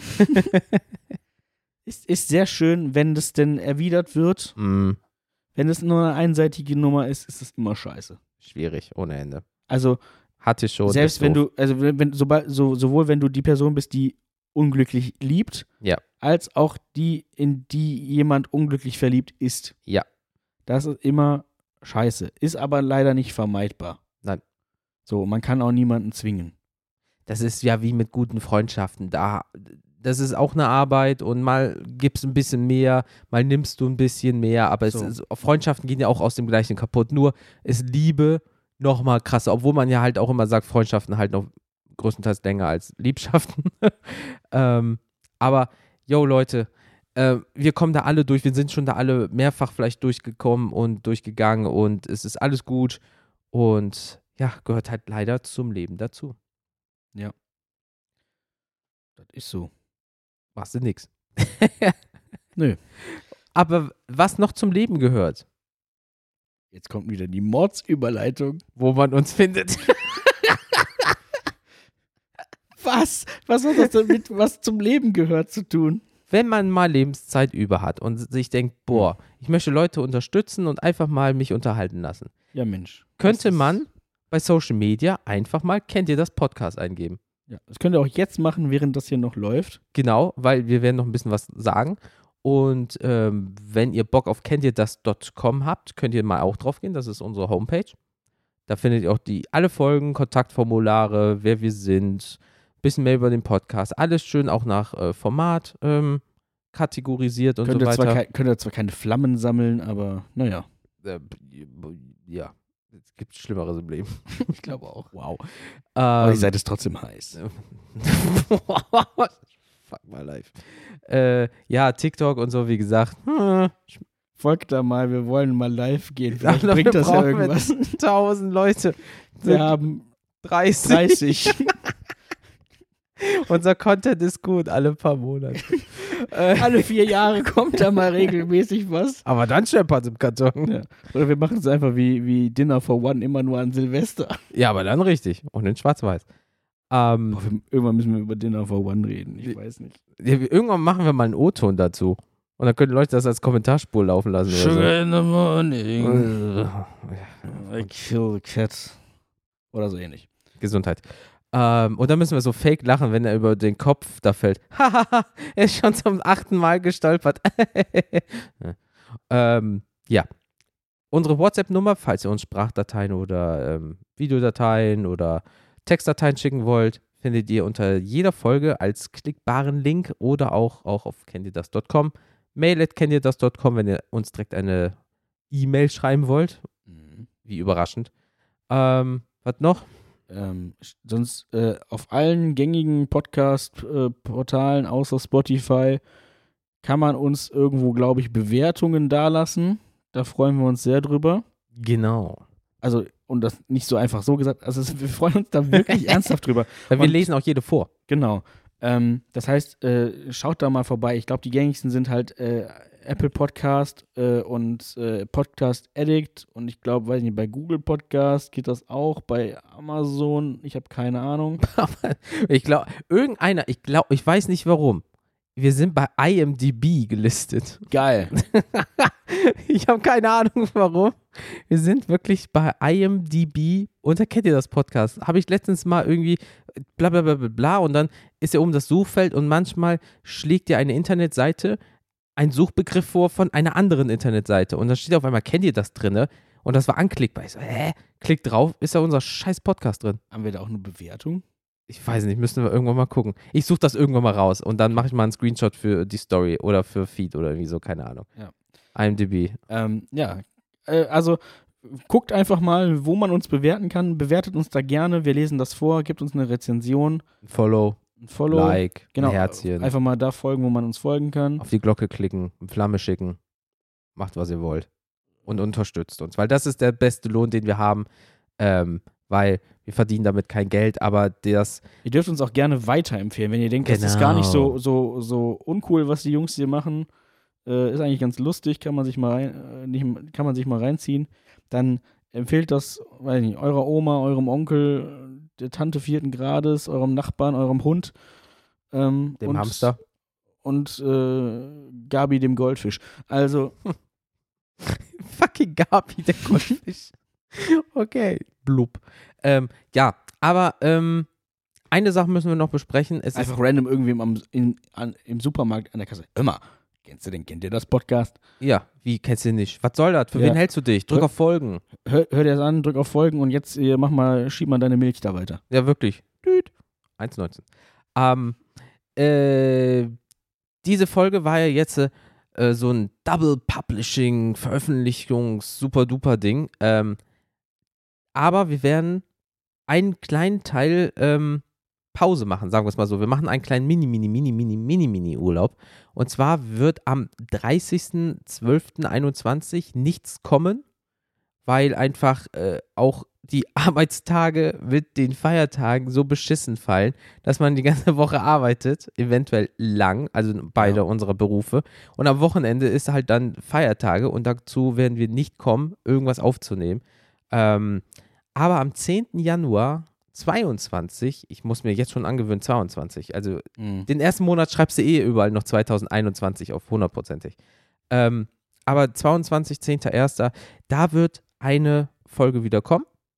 ist, ist sehr schön, wenn das denn erwidert wird. Mm, Wenn es nur eine einseitige Nummer ist, ist es immer scheiße. schwierig, ohne Ende. Also Hatte ich schon. selbst ist wenn doof. du, also wenn, wenn sobald, so, sowohl wenn du die Person bist, die unglücklich liebt, Ja. als auch die, in die jemand unglücklich verliebt ist. Ja. Das ist immer scheiße. Ist aber leider nicht vermeidbar. Nein. So, man kann auch niemanden zwingen. Das ist ja wie mit guten Freundschaften. Da, das ist auch eine Arbeit und mal gibst ein bisschen mehr, mal nimmst du ein bisschen mehr, aber So. es ist, Freundschaften gehen ja auch aus dem gleichen kaputt. Nur ist Liebe noch mal krasser, obwohl man ja halt auch immer sagt, Freundschaften halt noch größtenteils länger als Liebschaften. ähm, aber, yo Leute, äh, wir kommen da alle durch, wir sind schon da alle mehrfach vielleicht durchgekommen und durchgegangen und es ist alles gut und ja, gehört halt leider zum Leben dazu. Das ist so. Machst du nix. Nö. Aber was noch zum Leben gehört, Jetzt kommt wieder die Mordsüberleitung. wo man uns findet. Was? Was hat das denn mit was zum Leben gehört zu tun? Wenn man mal Lebenszeit über hat und sich denkt, boah, ich möchte Leute unterstützen und einfach mal mich unterhalten lassen, Ja, Mensch. könnte Das ist- man bei Social Media einfach mal kennt ihr das Podcast eingeben. Ja, das könnt ihr auch jetzt machen, während das hier noch läuft. Genau, weil wir werden noch ein bisschen was sagen. Und ähm, wenn ihr Bock auf kennt ihr das Punkt com habt, könnt ihr mal auch drauf gehen. Das ist unsere Homepage. Da findet ihr auch die alle Folgen, Kontaktformulare, wer wir sind, ein bisschen mehr über den Podcast. Alles schön auch nach äh, Format ähm, kategorisiert und Könnt so ihr, zwar weiter. kei- könnt ihr zwar keine Flammen sammeln, aber naja. Äh, ja, es gibt Schlimmeres im Leben. Ich glaube auch. Wow. Aber Ähm, die Seite ist trotzdem heiß. Fuck my life. Äh, ja, TikTok und so, wie gesagt. Hm, Folgt da mal, wir wollen mal live gehen. Vielleicht dafür bringt das ja brauchen wir irgendwas. tausend Leute. Wir haben dreißig. dreißig. Unser Content ist gut, alle paar Monate. äh, Alle vier Jahre kommt da mal regelmäßig was. aber dann scheppert im Karton. Ja. Oder wir machen es einfach wie, wie Dinner for One, immer nur an Silvester. Ja, aber dann richtig. Und in schwarz-weiß. Ähm, Boah, wir, irgendwann müssen wir über Dinner for One reden. Ich Wie- weiß nicht. ja, irgendwann machen wir mal einen O-Ton dazu. Und dann können die Leute das als Kommentarspur laufen lassen. Oder in the morning. so. I kill the cat. Oder so ähnlich. Gesundheit. Ähm, und dann müssen wir so fake lachen, wenn er über den Kopf da fällt. Hahaha, er ist schon zum achten Mal gestolpert. ja. Ähm, ja. Unsere WhatsApp-Nummer, falls ihr uns Sprachdateien oder ähm, Videodateien oder Textdateien schicken wollt, findet ihr unter jeder Folge als klickbaren Link oder auch, auch auf kennt ihr das Punkt com. Mail at kennt ihr das Punkt com, wenn ihr uns direkt eine E-Mail schreiben wollt. Wie überraschend. Ähm, was noch? Ähm, sonst äh, auf allen gängigen Podcast-Portalen außer Spotify kann man uns irgendwo, glaube ich, Bewertungen dalassen. Da freuen wir uns sehr drüber. Genau. Also, und das nicht so einfach so gesagt, also es, wir freuen uns da wirklich ernsthaft drüber. Weil wir Und- lesen auch jede vor. Genau. Ähm, das heißt, äh, schaut da mal vorbei. Ich glaube, die gängigsten sind halt äh, Apple Podcast äh, und äh, Podcast Addict und ich glaube, weiß nicht, bei Google Podcast geht das auch, bei Amazon, ich habe keine Ahnung. Aber ich glaube, irgendeiner, ich glaube, ich weiß nicht warum. Wir sind bei I M D B gelistet. Geil. Ich habe keine Ahnung warum. Wir sind wirklich bei I M D B unter kennt ihr das Podcast? Habe ich letztens mal irgendwie bla bla bla bla bla und dann ist er um das Suchfeld und manchmal schlägt dir eine Internetseite einen Suchbegriff vor von einer anderen Internetseite und dann steht auf einmal kennt ihr das drinne und das war anklickbar. Ich so, hä? Klick drauf, ist da unser scheiß Podcast drin. Haben wir da auch eine Bewertung? Ich weiß nicht, müssen wir irgendwann mal gucken. Ich suche das irgendwann mal raus und dann mache ich mal einen Screenshot für die Story oder für Feed oder irgendwie so, keine Ahnung. Ja. I M D B. Ähm, ja, äh, also guckt einfach mal, wo man uns bewerten kann. Bewertet uns da gerne. Wir lesen das vor. Gebt uns eine Rezension, Follow, ein Follow. Like, Genau, ein Herzchen. einfach mal da folgen, wo man uns folgen kann. Auf die Glocke klicken, eine Flamme schicken. Macht, was ihr wollt. Und unterstützt uns. Weil das ist der beste Lohn, den wir haben. Ähm, weil wir verdienen damit kein Geld, aber das, Ihr dürft uns auch gerne weiterempfehlen, wenn ihr denkt, das ist gar nicht so, Genau. so, so uncool, was die Jungs hier machen. Äh, ist eigentlich ganz lustig, kann man sich mal rein, äh, nicht, kann man sich mal reinziehen. Dann empfehlt das, weiß nicht, eurer Oma, eurem Onkel, der Tante vierten Grades, eurem Nachbarn, eurem Hund. Ähm, dem und, Hamster. Und äh, Gabi, dem Goldfisch. Also, Fucking Gabi, der Goldfisch. Okay. Blub. Ähm, ja, aber ähm, eine Sache müssen wir noch besprechen. Es einfach ist, random irgendwem am, in, an, im Supermarkt an der Kasse. Immer, kennst du den, kennt ihr das Podcast? ja, wie kennst du nicht? Was soll das? Für Ja. wen hältst du dich? Drück Hör- auf Folgen. Hör, hör dir das an, drück auf Folgen und jetzt äh, mach mal, schieb mal deine Milch da weiter. Ja, wirklich. Düt. eins neunzehn. Ähm, äh, diese Folge war ja jetzt äh, so ein Double Publishing, Veröffentlichungs, super duper Ding. Ähm, aber wir werden einen kleinen Teil ähm, Pause machen, sagen wir es mal so. Wir machen einen kleinen Mini, Mini, Mini, Mini, Mini, Mini Urlaub. Und zwar wird am dreißigsten zwölften einundzwanzig nichts kommen, weil einfach äh, auch die Arbeitstage mit den Feiertagen so beschissen fallen, dass man die ganze Woche arbeitet, eventuell lang, also beide Ja. unserer Berufe. Und am Wochenende ist halt dann Feiertage und dazu werden wir nicht kommen, irgendwas aufzunehmen. Ähm, aber am zehnten Januar zweiundzwanzig, ich muss mir jetzt schon angewöhnen, zweiundzwanzig, also Mhm. den ersten Monat schreibst du eh überall noch zweitausendeinundzwanzig auf hundertprozentig. Ähm, aber zweiundzwanzig, zehnter erster, da wird eine Folge wieder kommen.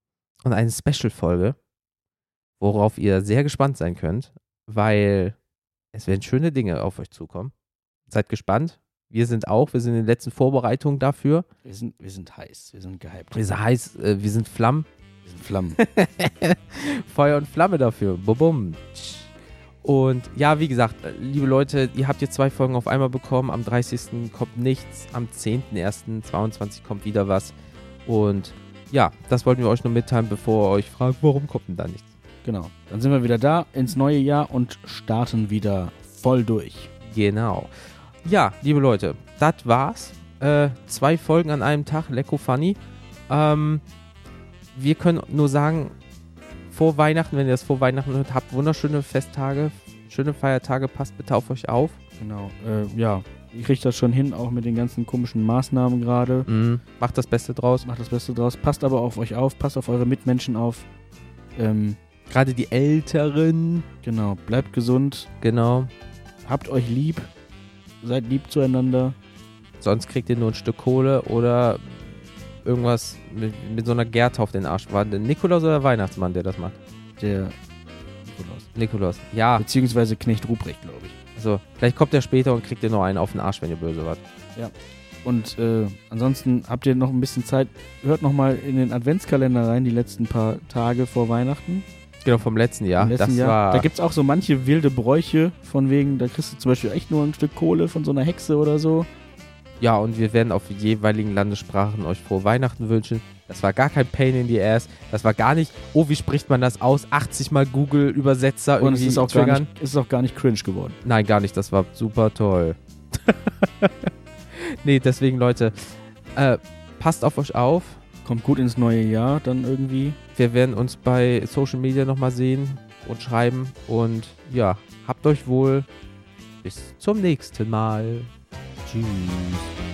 und eine Special-Folge, worauf ihr sehr gespannt sein könnt, weil es werden schöne Dinge auf euch zukommen. Seid gespannt. Wir sind auch, wir sind in den letzten Vorbereitungen dafür. Wir sind, wir sind heiß, wir sind gehypt. Wir sind heiß, äh, wir sind Flammen. Wir sind Flammen. Feuer und Flamme dafür. Bum. Und ja, wie gesagt, liebe Leute, ihr habt jetzt zwei Folgen auf einmal bekommen. Am dreißigsten kommt nichts. Am zehnten ersten zweiundzwanzig kommt wieder was. Und ja, das wollten wir euch nur mitteilen, bevor ihr euch fragt, warum kommt denn da nichts? Genau. Dann sind wir wieder da ins neue Jahr und starten wieder voll durch. Genau. Ja, liebe Leute, das war's. Äh, zwei Folgen an einem Tag, lecko funny. Ähm, wir können nur sagen, vor Weihnachten, wenn ihr das vor Weihnachten hört, habt wunderschöne Festtage, schöne Feiertage, passt bitte auf euch auf. Genau, äh, ja, ich kriege das schon hin, auch mit den ganzen komischen Maßnahmen gerade. Mhm. Macht das Beste draus. Macht das Beste draus, passt aber auf euch auf, passt auf eure Mitmenschen auf. Ähm, Gerade die Älteren. Genau, bleibt gesund. Genau. Habt euch lieb. Seid lieb zueinander. Sonst kriegt ihr nur ein Stück Kohle oder irgendwas mit, mit so einer Gerte auf den Arsch. War der Nikolaus oder der Weihnachtsmann, der das macht? Der Nikolaus. Nikolaus, ja. Beziehungsweise Knecht Ruprecht, glaube ich. Also, vielleicht kommt der später und kriegt ihr noch einen auf den Arsch, wenn ihr böse wart. Ja. Und äh, ansonsten habt ihr noch ein bisschen Zeit. Hört nochmal in den Adventskalender rein, die letzten paar Tage vor Weihnachten. Genau, vom letzten Jahr. Im letzten das Jahr. War Da gibt es auch so manche wilde Bräuche, von wegen, da kriegst du zum Beispiel echt nur ein Stück Kohle von so einer Hexe oder so. Ja, und wir werden auf die jeweiligen Landessprachen euch frohe Weihnachten wünschen. Das war gar kein Pain in the Ass. Das war gar nicht, oh, wie spricht man das aus? achtzig Mal Google-Übersetzer Und es irgendwie ist auch, triggern. gar nicht, es ist auch gar nicht cringe geworden. Nein, gar nicht. Das war super toll. Nee, deswegen, Leute, äh, passt auf euch auf. Kommt gut ins neue Jahr dann irgendwie. Wir werden uns bei Social Media nochmal sehen und schreiben. Und ja, habt euch wohl. Bis zum nächsten Mal. Tschüss.